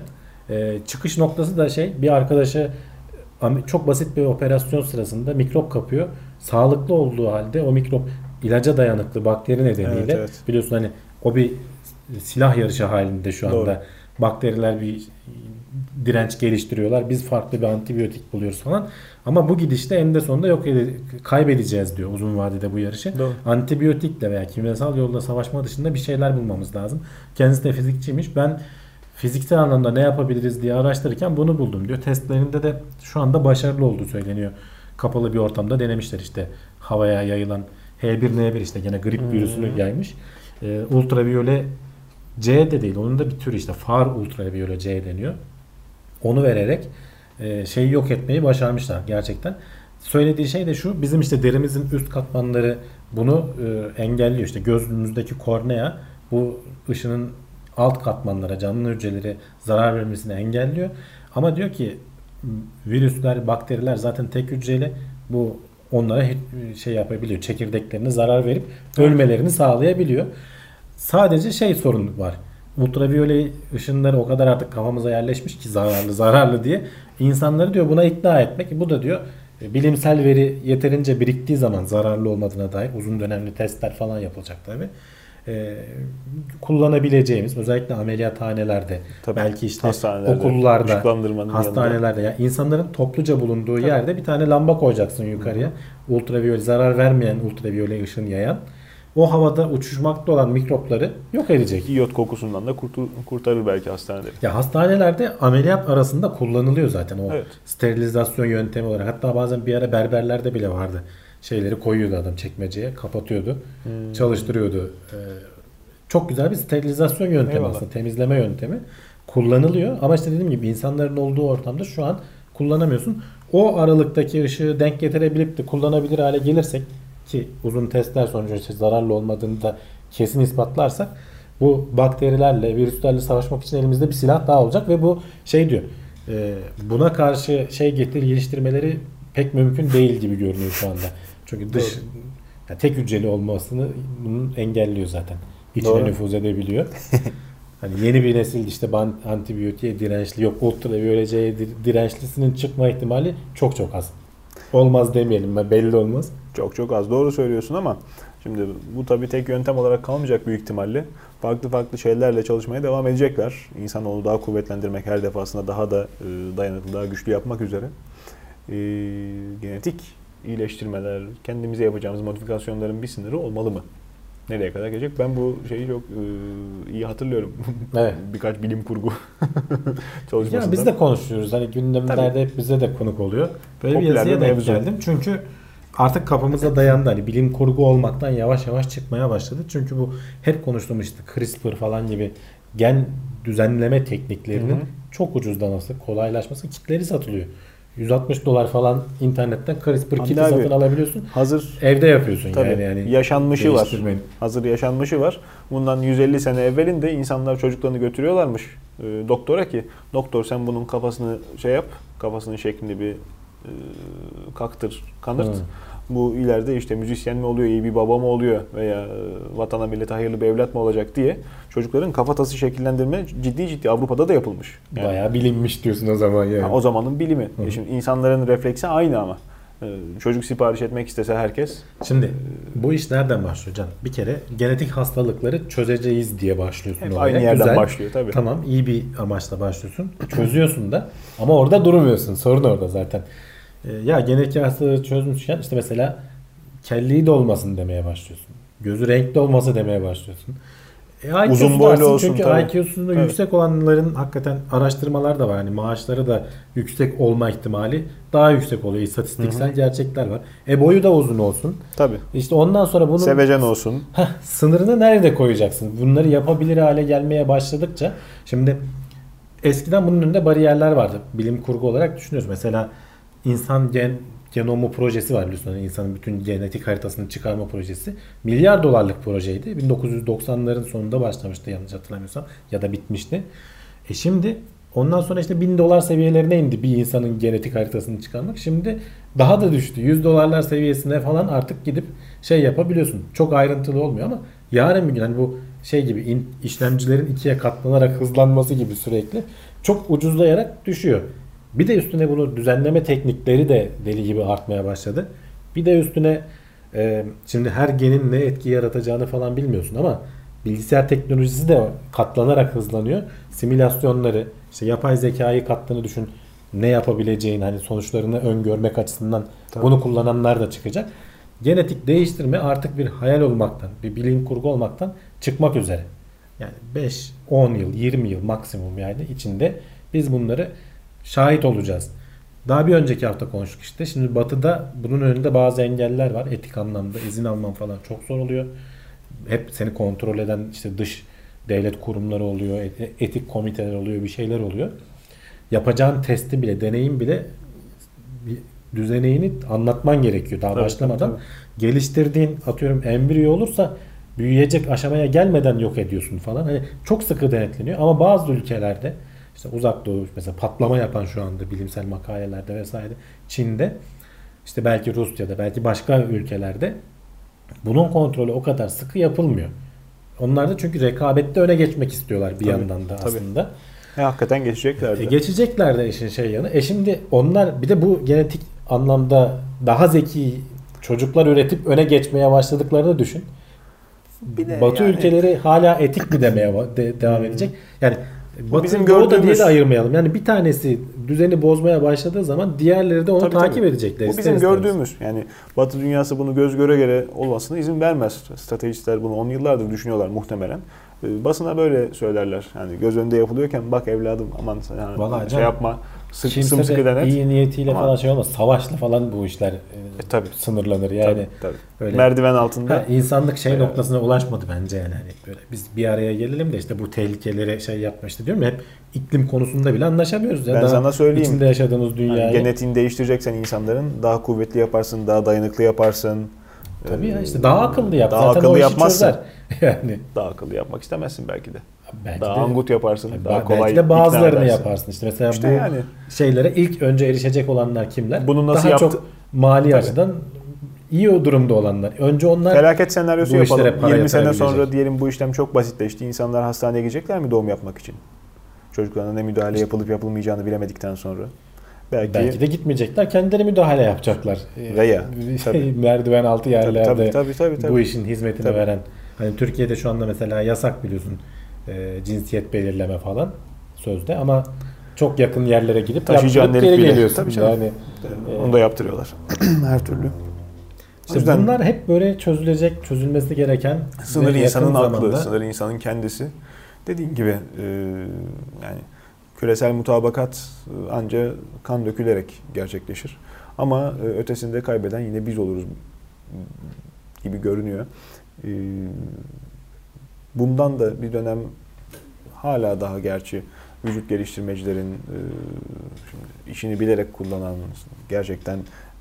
Çıkış noktası da bir arkadaşı çok basit bir operasyon sırasında mikrop kapıyor. Sağlıklı olduğu halde o mikrop ilaca dayanıklı bakteri nedeniyle biliyorsun hani o bir silah yarışı halinde şu anda. Doğru. Bakteriler bir direnç geliştiriyorlar. Biz farklı bir antibiyotik buluyoruz falan. Ama bu gidişte eninde sonunda kaybedeceğiz diyor uzun vadede bu yarışı. Doğru. Antibiyotikle veya kimyasal yolla savaşma dışında bir şeyler bulmamız lazım. Kendisi de fizikçiymiş. Ben fiziksel anlamda ne yapabiliriz diye araştırırken bunu buldum diyor. Testlerinde de şu anda başarılı olduğu söyleniyor. Kapalı bir ortamda denemişler işte. Havaya yayılan H1N1 işte gene grip virüsünü yaymış. Ultraviyole C de değil. Onun da bir türü işte far ultraviyole C deniyor. Onu vererek şeyi yok etmeyi başarmışlar gerçekten. Söylediği şey de şu. Bizim işte derimizin üst katmanları bunu engelliyor. İşte gözümüzdeki kornea bu ışının alt katmanlara, canlı hücreleri zarar vermesini engelliyor. Ama diyor ki virüsler, bakteriler zaten tek hücreli, bu onlara şey yapabiliyor. Çekirdeklerine zarar verip ölmelerini sağlayabiliyor. Sadece sorun var. Ultraviyole ışınları o kadar artık kafamıza yerleşmiş ki zararlı diye. İnsanları diyor buna ikna etmek. Bu da diyor bilimsel veri yeterince biriktiği zaman zararlı olmadığına dair uzun dönemli testler falan yapılacak tabii. Kullanabileceğimiz özellikle ameliyathanelerde belki işte okullarda, hastanelerde yani insanların topluca bulunduğu yerde bir tane lamba koyacaksın yukarıya. Ultraviyole zarar vermeyen ultraviyole ışın yayan. O havada uçuşmakta olan mikropları yok edecek. İyot kokusundan da kurtarır belki hastaneleri. Ya hastanelerde ameliyat arasında kullanılıyor zaten o sterilizasyon yöntemi olarak. Hatta bazen bir ara berberlerde bile vardı. Şeyleri koyuyordu adam çekmeceye, kapatıyordu, çalıştırıyordu. Çok güzel bir sterilizasyon yöntemi aslında, temizleme yöntemi kullanılıyor. Ama işte dediğim gibi insanların olduğu ortamda şu an kullanamıyorsun. O aralıktaki ışığı denk getirebilip de kullanabilir hale gelirsek ki uzun testler sonucu zararlı olmadığını da kesin ispatlarsak bu bakterilerle, virüslerle savaşmak için elimizde bir silah daha olacak ve bu diyor buna karşı geliştirmeleri pek mümkün değil gibi görünüyor şu anda. Çünkü tek hücreli olmasını bunun engelliyor zaten. İçine nüfuz edebiliyor. Hani yeni bir nesil işte antibiyotiğe dirençli ultraviyoleye dirençlisinin çıkma ihtimali çok çok az. Olmaz demeyelim, belli olmaz. Çok çok az. Doğru söylüyorsun ama şimdi bu tabii tek yöntem olarak kalmayacak büyük ihtimalle. Farklı şeylerle çalışmaya devam edecekler. İnsanoğlu daha kuvvetlendirmek, her defasında daha da dayanıklı, daha güçlü yapmak üzere. Genetik iyileştirmeler, kendimize yapacağımız modifikasyonların bir sınırı olmalı mı? Nereye kadar gelecek? Ben bu şeyi çok iyi hatırlıyorum. Evet. Birkaç bilim kurgu çalışmasında. Ya biz de konuşuyoruz. Hani gündemlerde hep bize de konuk oluyor. Böyle bir yazıya denk geldim. Çünkü artık kafamıza dayandı. Hani bilim kurgu olmaktan yavaş yavaş çıkmaya başladı. Çünkü bu hep konuştuğumuz işte CRISPR falan gibi gen düzenleme tekniklerinin çok ucuzdan aslında kolaylaşması, kitleri satılıyor. $160 falan internetten CRISPR kiti satın alabiliyorsun. Hazır evde yapıyorsun yani yaşanmışı var. Hazır yaşanmışı var. Bundan 150 sene evvelinde insanlar çocuklarını götürüyorlarmış doktora ki doktor sen bunun kafasını yap. Kafasının şeklini bir kanırt. Bu ileride işte müzisyen mi oluyor, iyi bir baba mı oluyor veya vatana millete hayırlı bir evlat mı olacak diye çocukların kafatası şekillendirme ciddi Avrupa'da da yapılmış. Yani, bayağı bilinmiş diyorsun o zaman yani. O zamanın bilimi. Şimdi insanların refleksi aynı ama. Çocuk sipariş etmek istese herkes. Şimdi bu iş nereden başlıyor Can? Bir kere genetik hastalıkları çözeceğiz diye başlıyorsun. Hep aynı yerden güzel başlıyor tabii. Tamam, iyi bir amaçla başlıyorsun. Çözüyorsun da ama orada durmuyorsun. Sorun orada zaten. Ya genetik hastalığı çözmüşken işte mesela kelliği de olmasın demeye başlıyorsun. Gözü renkli olması demeye başlıyorsun. Uzun boylu olsun. Çünkü IQ'sunu yüksek olanların hakikaten araştırmalar da var. Yani maaşları da yüksek olma ihtimali daha yüksek oluyor. İstatistiksel gerçekler var. Boyu da uzun olsun. Tabii. İşte ondan sonra bunun sevecen olsun. Sınırını nerede koyacaksın? Bunları yapabilir hale gelmeye başladıkça şimdi eskiden bunun önünde bariyerler vardı. Bilim kurgu olarak düşünüyoruz. Mesela insan genomu projesi var biliyorsunuz. Yani insanın bütün genetik haritasını çıkarma projesi. Milyar dolarlık projeydi. 1990'ların sonunda başlamıştı yanlış hatırlamıyorsam. Ya da bitmişti. Şimdi ondan sonra işte $1000 seviyelerine indi bir insanın genetik haritasını çıkarmak. Şimdi daha da düştü. $100 seviyesine falan artık gidip yapabiliyorsun. Çok ayrıntılı olmuyor ama yarın bir gün hani bu gibi işlemcilerin ikiye katlanarak hızlanması gibi sürekli çok ucuzlayarak düşüyor. Bir de üstüne bunu düzenleme teknikleri de deli gibi artmaya başladı. Bir de üstüne şimdi her genin ne etki yaratacağını falan bilmiyorsun ama bilgisayar teknolojisi de katlanarak hızlanıyor. Simülasyonları, işte yapay zekayı kattığını düşün. Ne yapabileceğini, hani sonuçlarını öngörmek açısından bunu kullananlar da çıkacak. Genetik değiştirme artık bir hayal olmaktan, bir bilim kurgu olmaktan çıkmak üzere. Yani 5, 10 yıl, 20 yıl maksimum yani içinde biz bunları şahit olacağız. Daha bir önceki hafta konuştuk işte. Şimdi Batı'da bunun önünde bazı engeller var. Etik anlamda izin alman falan çok zor oluyor. Hep seni kontrol eden işte dış devlet kurumları oluyor, etik komiteler oluyor, bir şeyler oluyor. Yapacağın testi bile, deneyim bile bir düzeneğini anlatman gerekiyor daha başlamadan. Geliştirdiğin atıyorum embriyo olursa büyüyecek aşamaya gelmeden yok ediyorsun falan. Hani çok sıkı denetleniyor ama bazı ülkelerde işte Uzak Doğu mesela patlama yapan şu anda bilimsel makalelerde vesaire Çin'de işte belki Rusya'da belki başka ülkelerde bunun kontrolü o kadar sıkı yapılmıyor. Onlar da çünkü rekabette öne geçmek istiyorlar bir yandan da aslında. Hakikaten geçecekler de. Geçecekler de işin şey yanı. Şimdi onlar bir de bu genetik anlamda daha zeki çocuklar üretip öne geçmeye başladıklarını düşün. Bir de Batı ülkeleri hala etik mi demeye devam edecek? Yani Batı bizim gördüğümüz diye de ayırmayalım. Yani bir tanesi düzeni bozmaya başladığı zaman diğerleri de onu takip edecekler. Bu bizim gördüğümüz. Yani Batı dünyası bunu göz göre göre olmasına izin vermez. Stratejistler bunu 10 yıllardır düşünüyorlar muhtemelen. Basına böyle söylerler. Yani göz önünde yapılıyorken bak evladım aman yani şey yapma. Sımsıkı denet. İyi niyetiyle falan şey olmaz. Savaşla falan bu işler sınırlanır. Yani tabii. Öyle merdiven altında. İnsanlık noktasına ulaşmadı bence yani. Hani böyle biz bir araya gelelim de işte bu tehlikeleri şey yapma işte diyorum ya, hep iklim konusunda bile anlaşamıyoruz. Ben sana söyleyeyim. İçinde yaşadığımız dünyayı. Yani genetiğini değiştireceksen insanların daha kuvvetli yaparsın, daha dayanıklı yaparsın. Tabii ya işte daha akıllı yap. Daha zaten akıllı yapmazsın. Yani. Daha akıllı yapmak istemezsin belki de. Belki daha de, angut yaparsın. Daha kolay. Belki de bazılarını yaparsın. İşte mesela bu yani şeylere ilk önce erişecek olanlar kimler? Bunu nasıl daha çok mali açıdan iyi o durumda olanlar. Önce onlar felaket senaryosu yapalım. 20 sene sonra diyelim bu işlem çok basitleşti. İnsanlar hastaneye gidecekler mi doğum yapmak için? Çocuklarına ne müdahale yapılıp yapılmayacağını bilemedikten sonra. Belki de gitmeyecekler. Kendileri müdahale yapacaklar. Veya merdiven altı yerlerde tabii. bu işin hizmetini veren. Hani Türkiye'de şu anda mesela yasak biliyorsun cinsiyet belirleme falan sözde ama çok yakın yerlere gidip yaptırıp geri geliyorsun. Tabii yani onu da yaptırıyorlar. Her türlü. İşte bunlar hep böyle çözülmesi gereken sınır insanın aklı, sınır insanın kendisi. Dediğin gibi yani küresel mutabakat ancak kan dökülerek gerçekleşir. Ama ötesinde kaybeden yine biz oluruz gibi görünüyor. Bundan da bir dönem hala daha gerçi vücut geliştirmecilerin işini bilerek kullanan gerçekten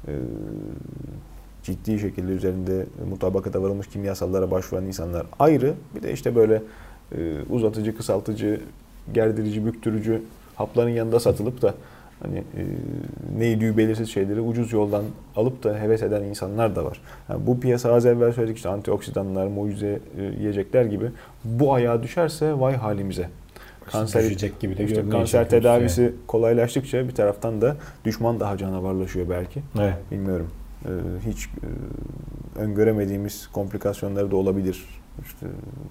ciddi şekilde üzerinde mutabakata varılmış kimyasallara başvuran insanlar ayrı. Bir de işte böyle uzatıcı, kısaltıcı, gerdirici, büktürücü hapların yanında satılıp da hani neydi belirsiz şeyleri ucuz yoldan alıp da heves eden insanlar da var. Yani bu piyasa az evvel söyledik işte antioksidanlar, mucize yiyecekler gibi bu ayağa düşerse vay halimize. Kanser düşecek gibi de işte kanser tedavisi kolaylaştıkça bir taraftan da düşman daha canavarlaşıyor belki. Evet. Bilmiyorum. Hiç öngöremediğimiz komplikasyonları da olabilir. İşte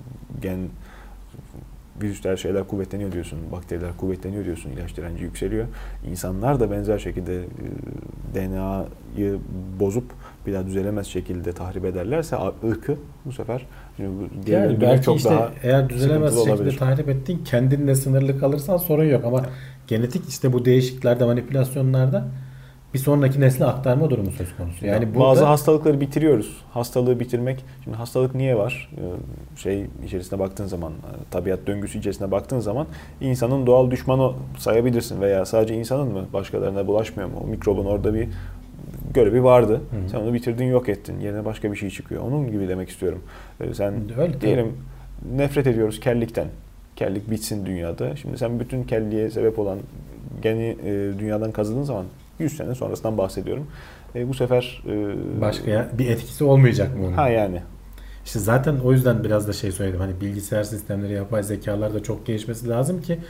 virüsler şeyler kuvvetleniyor diyorsun, bakteriler kuvvetleniyor diyorsun, ilaç direnci yükseliyor. İnsanlar da benzer şekilde DNA'yı bozup bir daha düzelemez şekilde tahrip ederlerse ırkı bu sefer yani belki çok işte daha eğer düzelemez şekilde olabilir. Tahrip ettiğin kendinle sınırlı kalırsan sorun yok ama genetik işte bu değişikliklerde, manipülasyonlarda bir sonraki nesle aktarma durumu söz konusu. Yani burada bazı hastalıkları bitiriyoruz. Hastalığı bitirmek. Şimdi hastalık niye var? İçerisine baktığın zaman, tabiat döngüsü içerisine baktığın zaman insanın doğal düşmanı sayabilirsin veya sadece insanın mı? Başkalarına bulaşmıyor mu? O mikrobun orada bir görevi vardı. Hı-hı. Sen onu bitirdin, yok ettin. Yerine başka bir şey çıkıyor. Onun gibi demek istiyorum. Sen diyelim nefret ediyoruz kellikten. Kellik bitsin dünyada. Şimdi sen bütün kelliğe sebep olan geni dünyadan kazıdığın zaman 100 sene sonrasından bahsediyorum. Bu sefer başka bir etkisi olmayacak mı onun? Yani. İşte zaten o yüzden biraz da söyledim. Hani bilgisayar sistemleri, yapay zekalar da çok gelişmesi lazım ki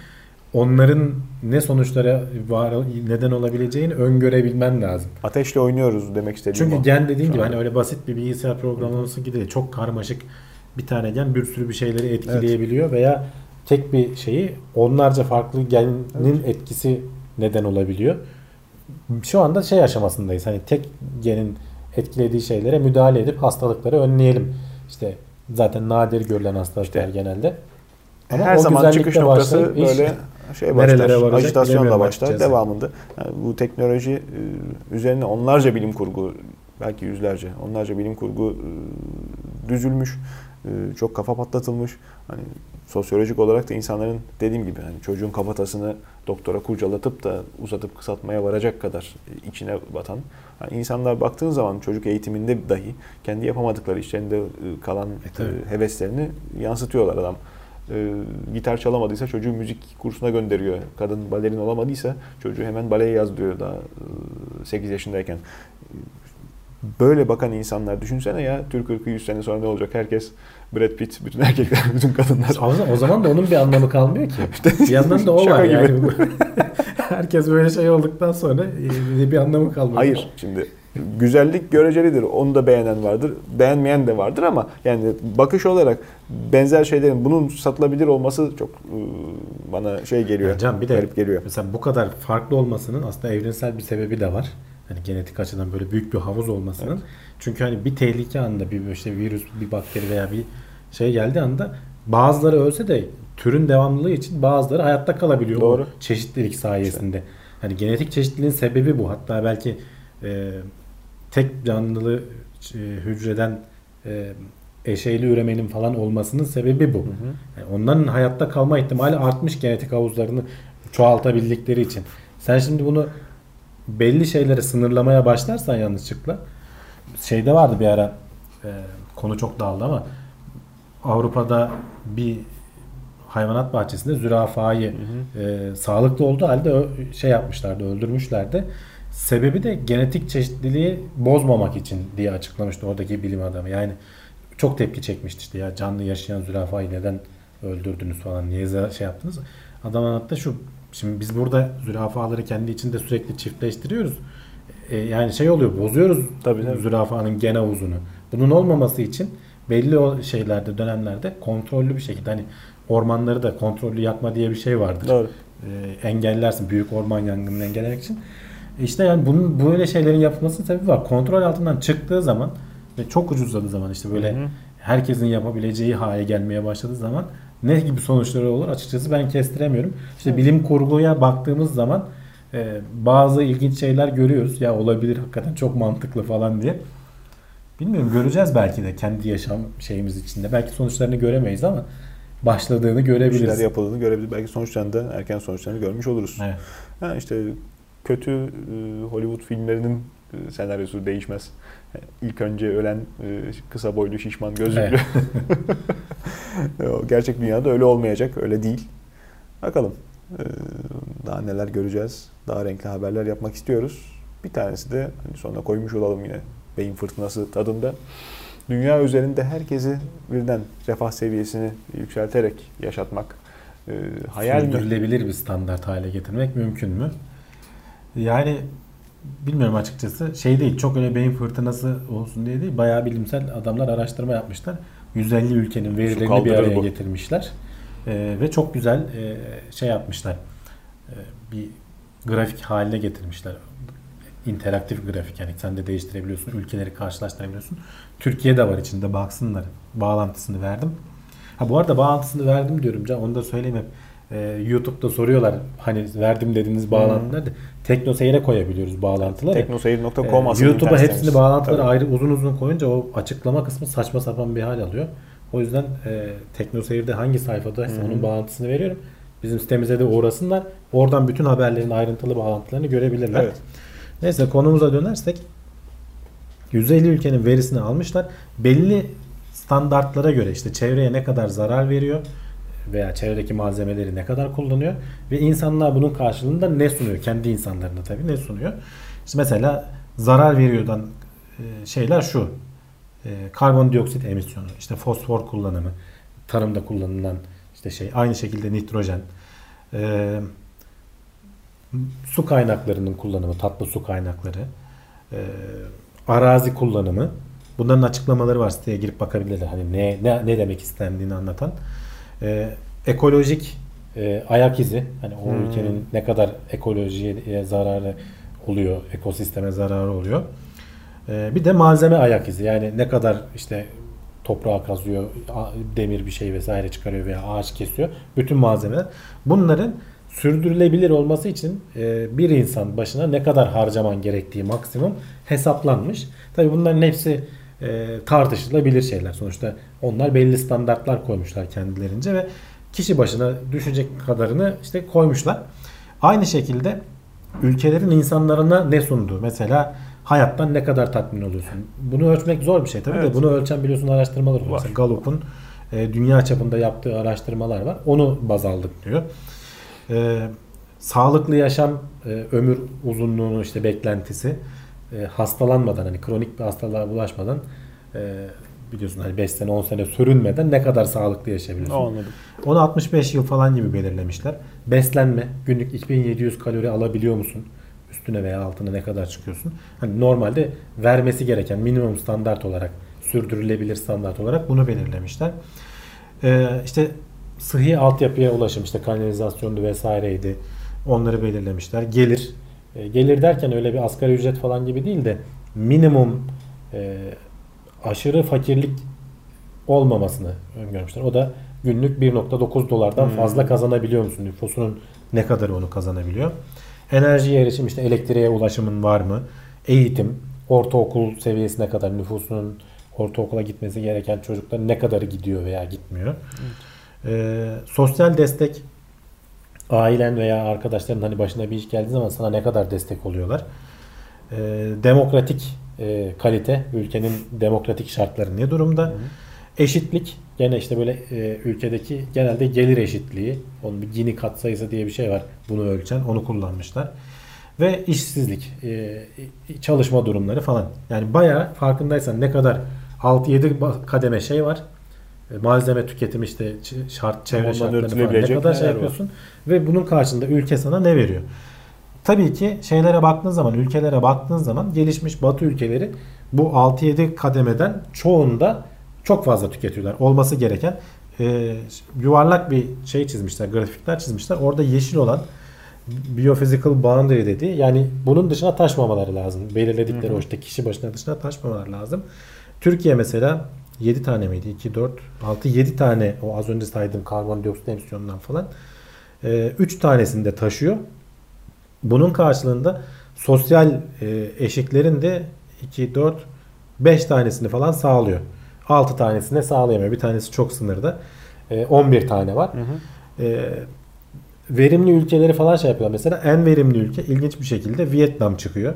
onların ne sonuçlara neden olabileceğini öngörebilmen lazım. Ateşle oynuyoruz demek istediğim. Çünkü gen dediğin gibi hani öyle basit bir bilgisayar programlaması gibi değil. Çok karmaşık bir tane gen bir sürü bir şeyleri etkileyebiliyor veya tek bir şeyi onlarca farklı genin etkisi neden olabiliyor. Şu anda şey aşamasındayız. Hani tek genin etkilediği şeylere müdahale edip hastalıkları önleyelim. İşte zaten nadir görülen hastalıklar genelde. Ama her zaman çıkış noktası böyle başlar. Ajitasyonla başlar. Devamında yani bu teknoloji üzerine onlarca bilim kurgu, belki yüzlerce, onlarca bilim kurgu düzülmüş. Çok kafa patlatılmış. Hani sosyolojik olarak da insanların dediğim gibi hani çocuğun kafatasını doktora kurcalatıp da uzatıp kısaltmaya varacak kadar içine batan. Yani insanlar baktığın zaman çocuk eğitiminde dahi kendi yapamadıkları işlerinde kalan heveslerini yansıtıyorlar. Adam gitar çalamadıysa çocuğu müzik kursuna gönderiyor. Kadın balerin olamadıysa çocuğu hemen baleye yazdırıyor daha 8 yaşındayken. Böyle bakan insanlar düşünsene ya Türk ırkı 100 sene sonra ne olacak? Herkes Brad Pitt, bütün erkekler, bütün kadınlar. O zaman da onun bir anlamı kalmıyor ki. Bir yandan da o var yani. Herkes böyle şey olduktan sonra bir anlamı kalmıyor. Hayır. Şimdi güzellik görecelidir. Onu da beğenen vardır. Beğenmeyen de vardır ama yani bakış olarak benzer şeylerin bunun satılabilir olması çok bana şey geliyor. Yani Can, bir de garip geliyor. Mesela bu kadar farklı olmasının aslında evrimsel bir sebebi de var. Hani genetik açıdan böyle büyük bir havuz olmasının. Evet. Çünkü hani bir tehlike anında bir işte virüs, bir bakteri veya bir şey geldiği anda bazıları ölse de türün devamlılığı için bazıları hayatta kalabiliyor. Doğru. O çeşitlilik sayesinde. Hani genetik çeşitliliğin sebebi bu. Hatta belki tek canlılı hücreden eşeyli üremenin falan olmasının sebebi bu. Yani onların hayatta kalma ihtimali artmış genetik havuzlarını çoğaltabildikleri için. Sen şimdi bunu belli şeylere sınırlamaya başlarsan yanlışlıkla şeyde vardı bir ara konu çok dağıldı ama Avrupa'da bir hayvanat bahçesinde zürafayı sağlıklı olduğu halde şey yapmışlardı, öldürmüşlerdi. Sebebi de genetik çeşitliliği bozmamak için diye açıklamıştı oradaki bilim adamı. Yani çok tepki çekmişti işte ya canlı yaşayan zürafayı neden öldürdünüz falan, niye şey yaptınız? Adam anlattı şu. Şimdi biz burada zürafaları kendi içinde sürekli çiftleştiriyoruz. Yani şey oluyor, bozuyoruz tabii. Zürafanın gen havuzunu. Bunun olmaması için belli o şeylerde, dönemlerde kontrollü bir şekilde hani ormanları da kontrollü yakma diye bir şey vardır. Doğru. Engellersin büyük orman yangınını engellemek için. İşte yani bunun böyle şeylerin yapılmasının sebebi var. Kontrol altından çıktığı zaman ve çok ucuzladığı zaman işte böyle herkesin yapabileceği hale gelmeye başladığı zaman ne gibi sonuçları olur açıkçası ben kestiremiyorum. İşte bilim kurguya baktığımız zaman bazı ilginç şeyler görüyoruz. Ya olabilir hakikaten çok mantıklı falan diye. Bilmiyorum, göreceğiz belki de kendi yaşam şeyimiz içinde. Belki sonuçlarını göremeyiz ama başladığını görebiliriz. Şeyler yapıldığını görebiliriz. Belki sonuçlarını da erken sonuçlarını görmüş oluruz. Evet. Ha işte kötü Hollywood filmlerinin senaryosu değişmez. İlk önce ölen kısa boylu şişman gözlüklü. Evet. Gerçek dünyada öyle olmayacak. Öyle değil. Bakalım. Daha neler göreceğiz. Daha renkli haberler yapmak istiyoruz. Bir tanesi de hani sonra koymuş olalım yine beyin fırtınası tadında. Dünya üzerinde herkesi birden refah seviyesini yükselterek yaşatmak hayal mi? Sürdürülebilir bir standart hale getirmek mümkün mü? Yani bilmiyorum açıkçası. Şey değil, çok öyle beyin fırtınası olsun diye değil. Bayağı bilimsel adamlar araştırma yapmışlar. 150 ülkenin verilerini bir araya getirmişler. Ve çok güzel şey yapmışlar. Bir grafik haline getirmişler. İnteraktif grafik, yani sen de değiştirebiliyorsun. Ülkeleri karşılaştırabiliyorsun. Türkiye'de var içinde, baksınlar. Bağlantısını verdim. Ha bu arada bağlantısını verdim diyorum can, onu da söyleyeyim hep. YouTube'da soruyorlar hani verdim dediğiniz bağlantıları da Teknoseyir'e koyabiliyoruz bağlantıları. Teknoseyir.com aslında YouTube'a hepsini bağlantıları ayrı uzun koyunca o açıklama kısmı saçma sapan bir hal alıyor. O yüzden Teknoseyir'de hangi sayfadaysa onun bağlantısını veriyorum. Bizim sitemize de uğrasınlar. Oradan bütün haberlerin ayrıntılı bağlantılarını görebilirler. Evet. Neyse konumuza dönersek 150 ülkenin verisini almışlar. Belli standartlara göre işte çevreye ne kadar zarar veriyor veya çevredeki malzemeleri ne kadar kullanıyor ve insanlar bunun karşılığında ne sunuyor? Kendi insanlarına tabii ne sunuyor? İşte mesela zarar veriyordan şeyler şu. Karbondioksit emisyonu, işte fosfor kullanımı, tarımda kullanılan işte şey, aynı şekilde nitrojen, Su kaynaklarının kullanımı, tatlı su kaynakları, arazi kullanımı. Bunların açıklamaları var, siteye girip bakabilirler. Hani ne demek istendiğini anlatan. Ekolojik ayak izi. Hani o ülkenin ne kadar ekolojiye zararı oluyor, ekosisteme zararı oluyor. Bir de malzeme ayak izi. Yani ne kadar işte toprağa kazıyor, demir bir şey vesaire çıkarıyor veya ağaç kesiyor. Bütün malzemeler. Bunların sürdürülebilir olması için bir insan başına ne kadar harcaman gerektiği maksimum hesaplanmış. Tabii bunların hepsi tartışılabilir şeyler. Sonuçta onlar belli standartlar koymuşlar kendilerince ve kişi başına düşecek kadarını işte koymuşlar. Aynı şekilde ülkelerin insanlarına ne sunduğu. Mesela hayattan ne kadar tatmin oluyorsun? Bunu ölçmek zor bir şey tabii de bunu ölçen biliyorsun araştırmalar var. Mesela Gallup'un dünya çapında yaptığı araştırmalar var. Onu baz aldık diyor. Sağlıklı yaşam ömür uzunluğunu işte beklentisi hastalanmadan hani kronik bir hastalığa bulaşmadan biliyorsun hani 5 sene 10 sene sürünmeden ne kadar sağlıklı yaşayabiliyorsun. Anladım. Onu 65 yıl falan gibi belirlemişler. Beslenme günlük 2700 kalori alabiliyor musun? Üstüne veya altına ne kadar çıkıyorsun? Hani normalde vermesi gereken minimum standart olarak sürdürülebilir standart olarak bunu belirlemişler. İşte sıhhi altyapıya ulaşım işte kanalizasyondu vesaireydi. Onları belirlemişler. Gelir derken öyle bir asgari ücret falan gibi değil de minimum aşırı fakirlik olmamasını öngörmüşler. O da günlük 1.9 dolardan fazla kazanabiliyor musun? Nüfusunun ne kadar onu kazanabiliyor? Enerjiye erişim işte elektriğe ulaşımın var mı? Eğitim, ortaokul seviyesine kadar nüfusunun ortaokula gitmesi gereken çocukların ne kadarı gidiyor veya gitmiyor? Sosyal destek ailen veya arkadaşların hani başına bir iş geldiği zaman sana ne kadar destek oluyorlar? Demokratik kalite, ülkenin demokratik şartları ne durumda? Eşitlik, gene işte böyle ülkedeki genelde gelir eşitliği, onun bir Gini katsayısı diye bir şey var. Bunu ölçen, onu kullanmışlar. Ve işsizlik, çalışma durumları falan. Yani bayağı farkındaysan ne kadar 6-7 kademe şey var. Malzeme tüketimi işte çevre şartları falan ne kadar şey yapıyorsun var. Ve bunun karşılığında ülke sana ne veriyor? Tabii ki şeylere baktığın zaman, ülkelere baktığın zaman gelişmiş Batı ülkeleri bu 6-7 kademeden çoğunda çok fazla tüketiyorlar. Olması gereken yuvarlak bir şey çizmişler, grafikler çizmişler. Orada yeşil olan biophysical boundary dediği yani bunun dışına taşmamaları lazım. Belirledikleri o işte kişi başına dışına taşmamaları lazım. Türkiye mesela 7 tane miydi? 2, 4, 6, 7 tane o az önce saydığım karbondioksit emisyonundan falan 3 tanesini de taşıyor. Bunun karşılığında sosyal eşiklerin de 2, 4, 5 tanesini falan sağlıyor. 6 tanesini sağlayamıyor. Bir tanesi çok sınırda. 11 tane var. Verimli ülkeleri falan şey yapıyorlar. Mesela en verimli ülke ilginç bir şekilde Vietnam çıkıyor.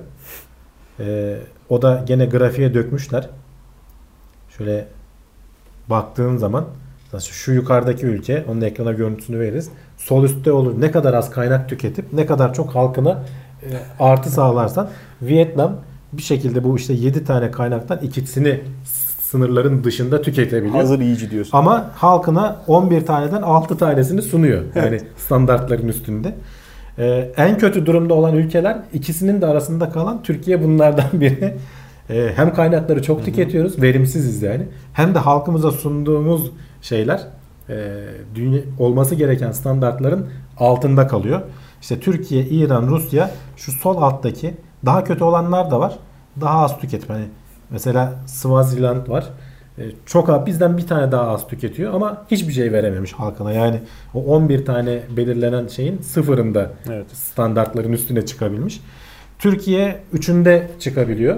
O da gene grafiğe dökmüşler. Şöyle baktığın zaman şu yukarıdaki ülke, onun ekrana görüntüsünü veririz. Sol üstte olur. Ne kadar az kaynak tüketip ne kadar çok halkına artı sağlarsan Vietnam bir şekilde bu işte 7 tane kaynaktan ikisini sınırların dışında tüketebiliyor. Hazır yiyici diyorsun. Ama halkına 11 taneden 6 tanesini sunuyor. Yani standartların üstünde. En kötü durumda olan ülkeler ikisinin de arasında kalan Türkiye bunlardan biri. Hem kaynakları çok tüketiyoruz, verimsiziz yani. Hem de halkımıza sunduğumuz şeyler olması gereken standartların altında kalıyor. İşte Türkiye, İran, Rusya şu sol alttaki daha kötü olanlar da var. Daha az tüketim. Hani mesela Swaziland var. Çok az, bizden bir tane daha az tüketiyor ama hiçbir şey verememiş halkına. Yani o 11 tane belirlenen şeyin sıfırında standartların üstüne çıkabilmiş. Türkiye 3'ünde çıkabiliyor.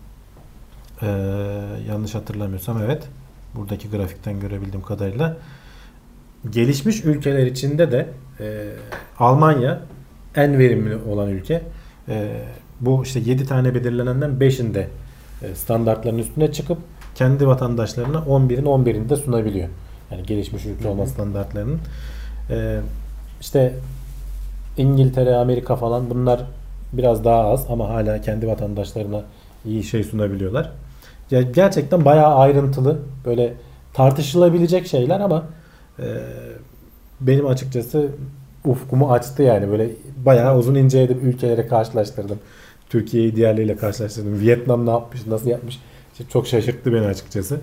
Yanlış hatırlamıyorsam evet. Buradaki grafikten görebildiğim kadarıyla. Gelişmiş ülkeler içinde de Almanya en verimli olan ülke. Bu işte 7 tane belirlenenden 5'inde standartların üstüne çıkıp kendi vatandaşlarına 11'in 11'ini de sunabiliyor. Yani gelişmiş ülke olma standartlarının. İşte İngiltere, Amerika falan bunlar biraz daha az ama hala kendi vatandaşlarına iyi şey sunabiliyorlar. Ya gerçekten bayağı ayrıntılı, böyle tartışılabilecek şeyler ama benim açıkçası ufkumu açtı yani. Böyle bayağı uzun inceledim, ülkeleri karşılaştırdım. Türkiye'yi diğerleriyle karşılaştırdım. Vietnam ne yapmış, nasıl yapmış? İşte çok şaşırttı beni açıkçası.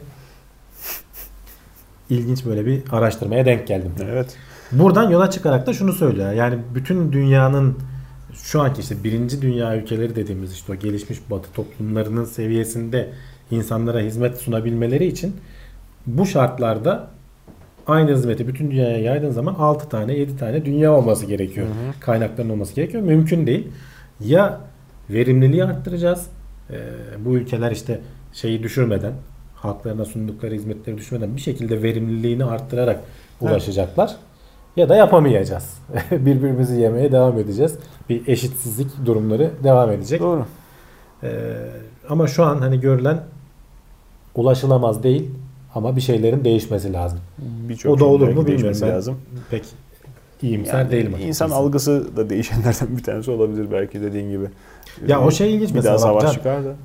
İlginç böyle bir araştırmaya denk geldim. Evet. Buradan yola çıkarak da şunu söylüyor. Yani bütün dünyanın şu anki işte birinci dünya ülkeleri dediğimiz işte o gelişmiş batı toplumlarının seviyesinde insanlara hizmet sunabilmeleri için bu şartlarda aynı hizmeti bütün dünyaya yaydığın zaman 6 tane 7 tane dünya olması gerekiyor. Kaynakların olması gerekiyor. Mümkün değil. Ya verimliliği arttıracağız. Bu ülkeler işte şeyi düşürmeden, halklarına sundukları hizmetleri düşürmeden bir şekilde verimliliğini arttırarak ulaşacaklar. Ya da yapamayacağız. Birbirimizi yemeye devam edeceğiz. Bir eşitsizlik durumları devam edecek. Doğru. Ama şu an hani görülen ulaşılamaz değil ama bir şeylerin değişmesi lazım. O da olur mu bilmiyorum. Lazım. Pek iyimser değilim. İnsan algısı da değişenlerden bir tanesi olabilir belki dediğin gibi. Ya o şey ilginç bir mesela. Bir daha savaş çıkar da.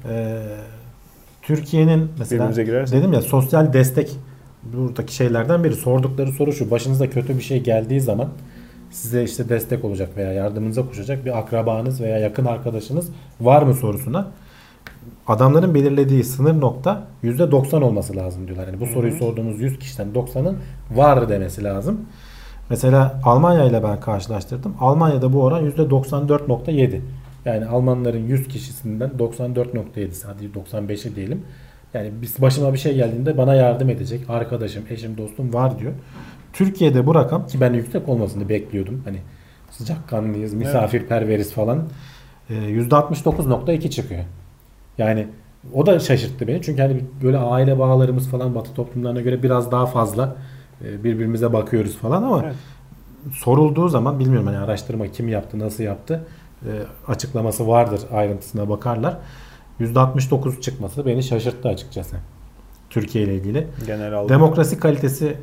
Türkiye'nin mesela dedim ya sosyal destek buradaki şeylerden biri. Sordukları soru şu: başınıza kötü bir şey geldiği zaman size işte destek olacak veya yardımınıza koşacak bir akrabanız veya yakın arkadaşınız var mı sorusuna adamların belirlediği sınır nokta %90 olması lazım diyorlar. Yani bu soruyu sorduğumuz 100 kişiden 90'ın var demesi lazım. Mesela Almanya ile ben karşılaştırdım. Almanya'da bu oran %94.7. Yani Almanların 100 kişisinden 94.7'si, hadi 95'i diyelim. Yani başıma bir şey geldiğinde bana yardım edecek arkadaşım, eşim, dostum var diyor. Türkiye'de bu rakam, ki ben yüksek olmasını bekliyordum. Hani sıcakkanlıyız, misafirperveriz falan. %69.2 çıkıyor. Yani o da şaşırttı beni. Çünkü hani böyle aile bağlarımız falan Batı toplumlarına göre biraz daha fazla birbirimize bakıyoruz falan ama sorulduğu zaman bilmiyorum hani araştırma kim yaptı, nasıl yaptı açıklaması vardır, ayrıntısına bakarlar. %69 çıkması beni şaşırttı açıkçası. Türkiye ile ilgili. Demokrasi kalitesi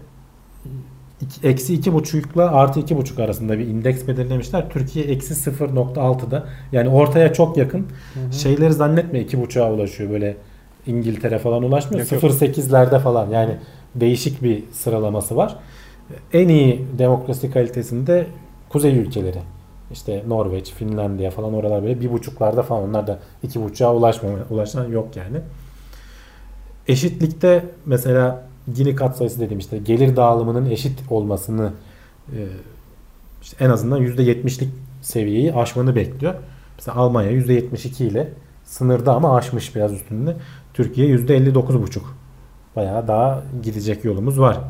-2,5 ile +2,5 arasında bir indeks belirlemişler. Türkiye -0,6'da. Yani ortaya çok yakın. Şeyleri zannetme 2,5'a ulaşıyor. Böyle İngiltere falan ulaşmıyor. 0,8'lerde falan. Yani değişik bir sıralaması var. En iyi demokrasi kalitesinde kuzey ülkeleri. İşte Norveç, Finlandiya falan, oralar böyle 1,5'larda falan. Onlar da 2,5'a ulaşan yok yani. Eşitlikte mesela Gini katsayısı dediğim işte gelir dağılımının eşit olmasını işte en azından %70'lik seviyeyi aşmanı bekliyor. Mesela Almanya %72 ile sınırda ama aşmış biraz üstünde. Türkiye %59,5. Bayağı daha gidecek yolumuz var.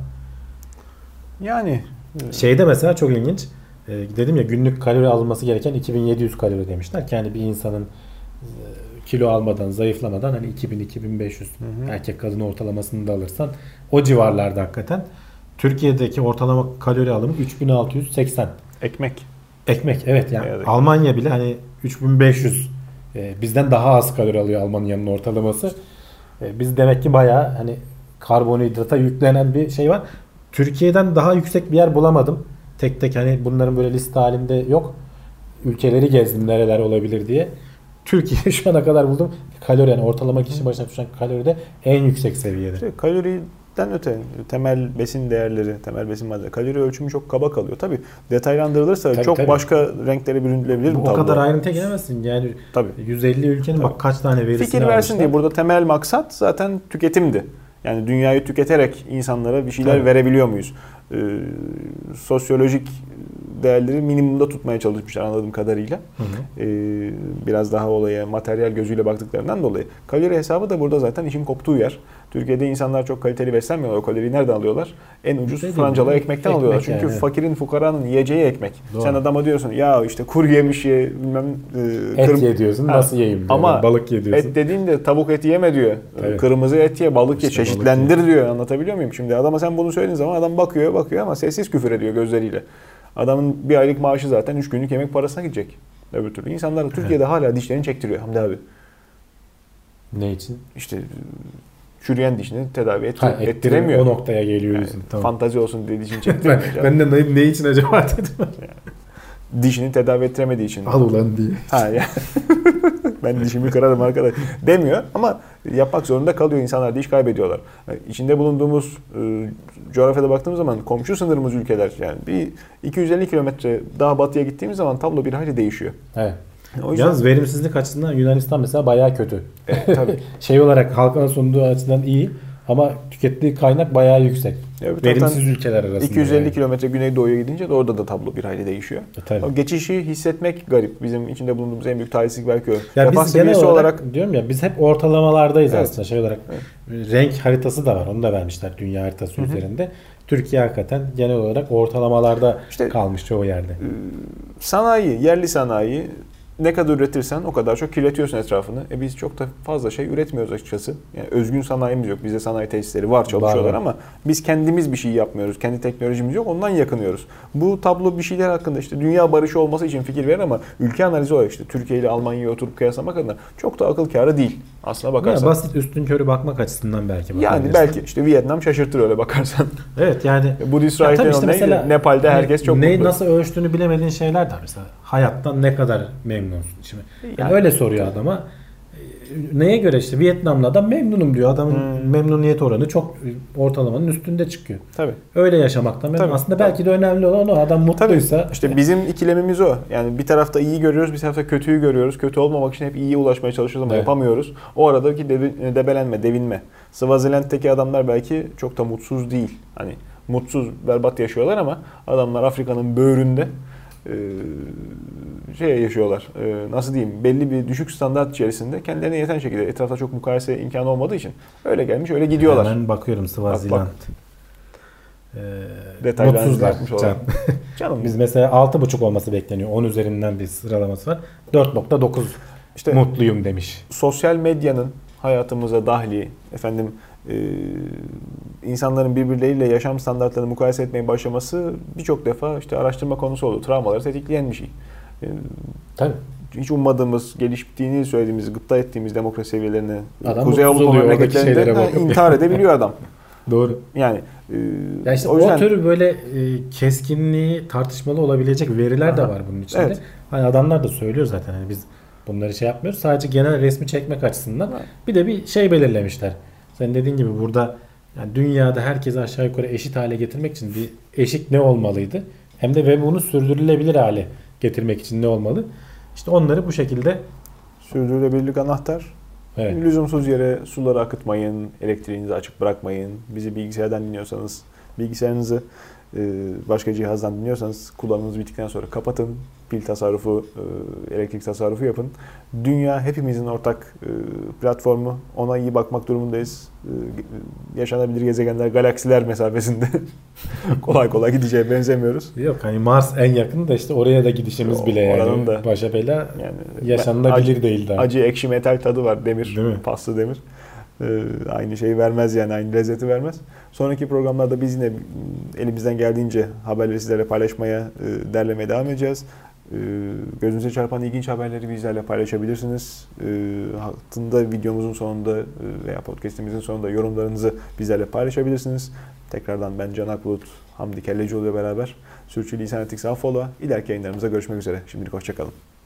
Yani şeyde mesela çok ilginç. Dedim ya günlük kalori alınması gereken 2700 kalori demişler. Yani bir insanın kilo almadan, zayıflamadan hani 2000-2500 erkek kadın ortalamasını da alırsan o civarlarda hakikaten. Türkiye'deki ortalama kalori alımı 3680. Ekmek Evet yani Almanya bile hani 3500 bizden daha az kalori alıyor Almanya'nın ortalaması. Biz demek ki bayağı hani karbonhidrata yüklenen bir şey var. Türkiye'den daha yüksek bir yer bulamadım. Tek tek hani bunların böyle liste halinde yok. Ülkeleri gezdim nereler olabilir diye. Türkiye şu ana kadar buldum. Kalori yani ortalama kişi başına düşen kaloride en yüksek seviyede. İşte kaloriden öte temel besin değerleri, temel besin maddeleri, kalori ölçümü çok kaba kalıyor. Tabii detaylandırılırsa çok başka renklere büründürebilir bu tablo. O kadar ayrıntıya giremezsin. Yani 150 ülkenin bak kaç tane verisini fikir versin diye burada temel maksat zaten tüketimdi. Yani dünyayı tüketerek insanlara bir şeyler verebiliyor muyuz? Sosyolojik değerleri minimumda tutmaya çalışmışlar anladığım kadarıyla. Biraz daha olaya materyal gözüyle baktıklarından dolayı. Kalori hesabı da burada zaten işin koptuğu yer. Türkiye'de insanlar çok kaliteli beslenmiyorlar. O kaloriyi nereden alıyorlar? En ucuz francalı ekmekten alıyorlar. Çünkü yani, fakirin, fukaranın yiyeceği ekmek. Doğru. Sen adama diyorsun ya işte kuru yemiş ye, bilmem et ye diyorsun. Nasıl yiyeyim diyor. Ama balık ye diyorsun. Et dediğinde tavuk eti yeme diyor. Evet. Kırmızı et ye, balık ye, çeşitlendir diyor. Anlatabiliyor muyum? Şimdi adama sen bunu söylediğin zaman adam bakıyor ama sessiz küfür ediyor gözleriyle. Adamın bir aylık maaşı zaten 3 günlük yemek parasına gidecek. Öbür türlü. İnsanlar Türkiye'de hala dişlerini çektiriyor Hamdi abi. Ne için? İşte çürüyen dişini tedavi ettiremiyor. O noktaya geliyorsun. Yani, tamam. Fantazi olsun dediği için çektiremiyor. ben de ne için acaba dedim. Dişini tedavi ettiremediği için. Al ulan diye. Ben dişimi kırarım arkadaş demiyor ama yapmak zorunda kalıyor. İnsanlar da iş kaybediyorlar. Yani içinde bulunduğumuz coğrafyada baktığımız zaman komşu sınırımız ülkeler yani bir 250 kilometre daha batıya gittiğimiz zaman tablo bir hayli değişiyor. Evet. O yüzden... Yalnız verimsizlik açısından Yunanistan mesela bayağı kötü. Tabii. Şey olarak halkına sunduğu açıdan iyi ama tükettiği kaynak bayağı yüksek. Evet, verimsiz ülkeler arasında. 250 yani. Kilometre güneydoğuya gidince de orada da tablo bir hayli değişiyor. O geçişi hissetmek garip. Bizim içinde bulunduğumuz en büyük talihsizlik belki o. Ya biz genel olarak diyorum ya biz hep ortalamalardayız aslında şey olarak. Evet. Renk haritası da var. Onu da vermişler dünya haritası üzerinde. Türkiye hakikaten genel olarak ortalamalarda kalmış çoğu yerde. Sanayi, yerli sanayi ne kadar üretirsen o kadar çok kirletiyorsun etrafını. Biz çok da fazla şey üretmiyoruz açıkçası. Yani özgün sanayimiz yok. Bizde sanayi tesisleri var, çalışıyorlar ama biz kendimiz bir şey yapmıyoruz. Kendi teknolojimiz yok. Ondan yakınıyoruz. Bu tablo bir şeyler hakkında dünya barışı olması için fikir verir ama ülke analizi olarak Türkiye ile Almanya'yı oturup kıyaslamak adına çok da akıl kârı değil. Aslına bakarsan. Ya basit üstünkörü bakmak açısından belki. Yani belki Vietnam şaşırtır öyle bakarsan. Evet yani. Budist rahiplerin mesela Nepal'de herkes çok mutlu. Nasıl ölçtüğünü bilemediğin şeyler de mesela. Hayattan ne kadar memnunsun? Şimdi yani öyle soruyor adama. Neye göre Vietnam'la adam memnunum diyor. Adamın memnuniyet oranı çok ortalamanın üstünde çıkıyor. Tabii. Öyle yaşamaktan memnun. Aslında belki de önemli olan o. Adam mutluysa. Bizim ikilemimiz o. Yani bir tarafta iyi görüyoruz, bir tarafta kötüyü görüyoruz. Kötü olmamak için hep iyiye ulaşmaya çalışıyoruz ama yapamıyoruz. O aradaki debelenme, devinme. Swaziland'deki adamlar belki çok da mutsuz değil. Hani mutsuz, berbat yaşıyorlar ama adamlar Afrika'nın böğründe yaşıyorlar. Nasıl diyeyim? Belli bir düşük standart içerisinde kendilerine yeten şekilde etrafta çok mukayese imkanı olmadığı için öyle gelmiş, öyle gidiyorlar. Hemen bakıyorum Swaziland. Mutsuzlar. Canım. Biz mesela 6,5 olması bekleniyor. 10 üzerinden bir sıralaması var. 4,9 mutluyum demiş. Sosyal medyanın hayatımıza dahli, insanların birbirleriyle yaşam standartlarını mukayese etmeye başlaması birçok defa araştırma konusu oldu. Travmaları tetikleyen bir şey. Tabii. Hiç ummadığımız, geliştiğini söylediğimiz, gıpta ettiğimiz demokrasi seviyelerine Kuzey Avrupa memleketlerinde intihar edebiliyor adam. Doğru. Yani o tür böyle keskinliği tartışmalı olabilecek veriler de var bunun içinde. Evet. Hani adamlar da söylüyor zaten hani biz bunları yapmıyoruz. Sadece genel resmi çekmek açısından. Evet. Bir de bir şey belirlemişler. Senin dediğin gibi burada yani dünyada herkesi aşağı yukarı eşit hale getirmek için bir eşik ne olmalıydı? Hem de ve bunu sürdürülebilir hale getirmek için ne olmalı? Onları bu şekilde sürdürülebilirlik anahtar. Evet. Lüzumsuz yere suları akıtmayın, elektriğinizi açık bırakmayın. Bizi bilgisayardan dinliyorsanız, bilgisayarınızı başka cihazdan dinliyorsanız kullanımınız bittikten sonra kapatın. Pil tasarrufu, elektrik tasarrufu yapın. Dünya hepimizin ortak platformu. Ona iyi bakmak durumundayız. Yaşanabilir gezegenler, galaksiler mesafesinde kolay kolay gideceğe benzemiyoruz. Yok hani Mars en yakın da oraya da gidişimiz bile yani da, başa bela yaşanılabilir değil daha. Acı ekşi metal tadı var demir, paslı demir. Aynı şeyi vermez yani aynı lezzeti vermez. Sonraki programlarda biz yine elimizden geldiğince haberleri sizlerle paylaşmaya, derlemeye devam edeceğiz. Gözünüze çarpan ilginç haberleri bizlerle paylaşabilirsiniz. Hattında videomuzun sonunda veya podcastimizin sonunda yorumlarınızı bizlerle paylaşabilirsiniz. Tekrardan ben Can Akbulut, Hamdi Kellecioğlu ile beraber Sürçülisan Ettik Affola. İleriki yayınlarımızda görüşmek üzere. Şimdilik hoşçakalın.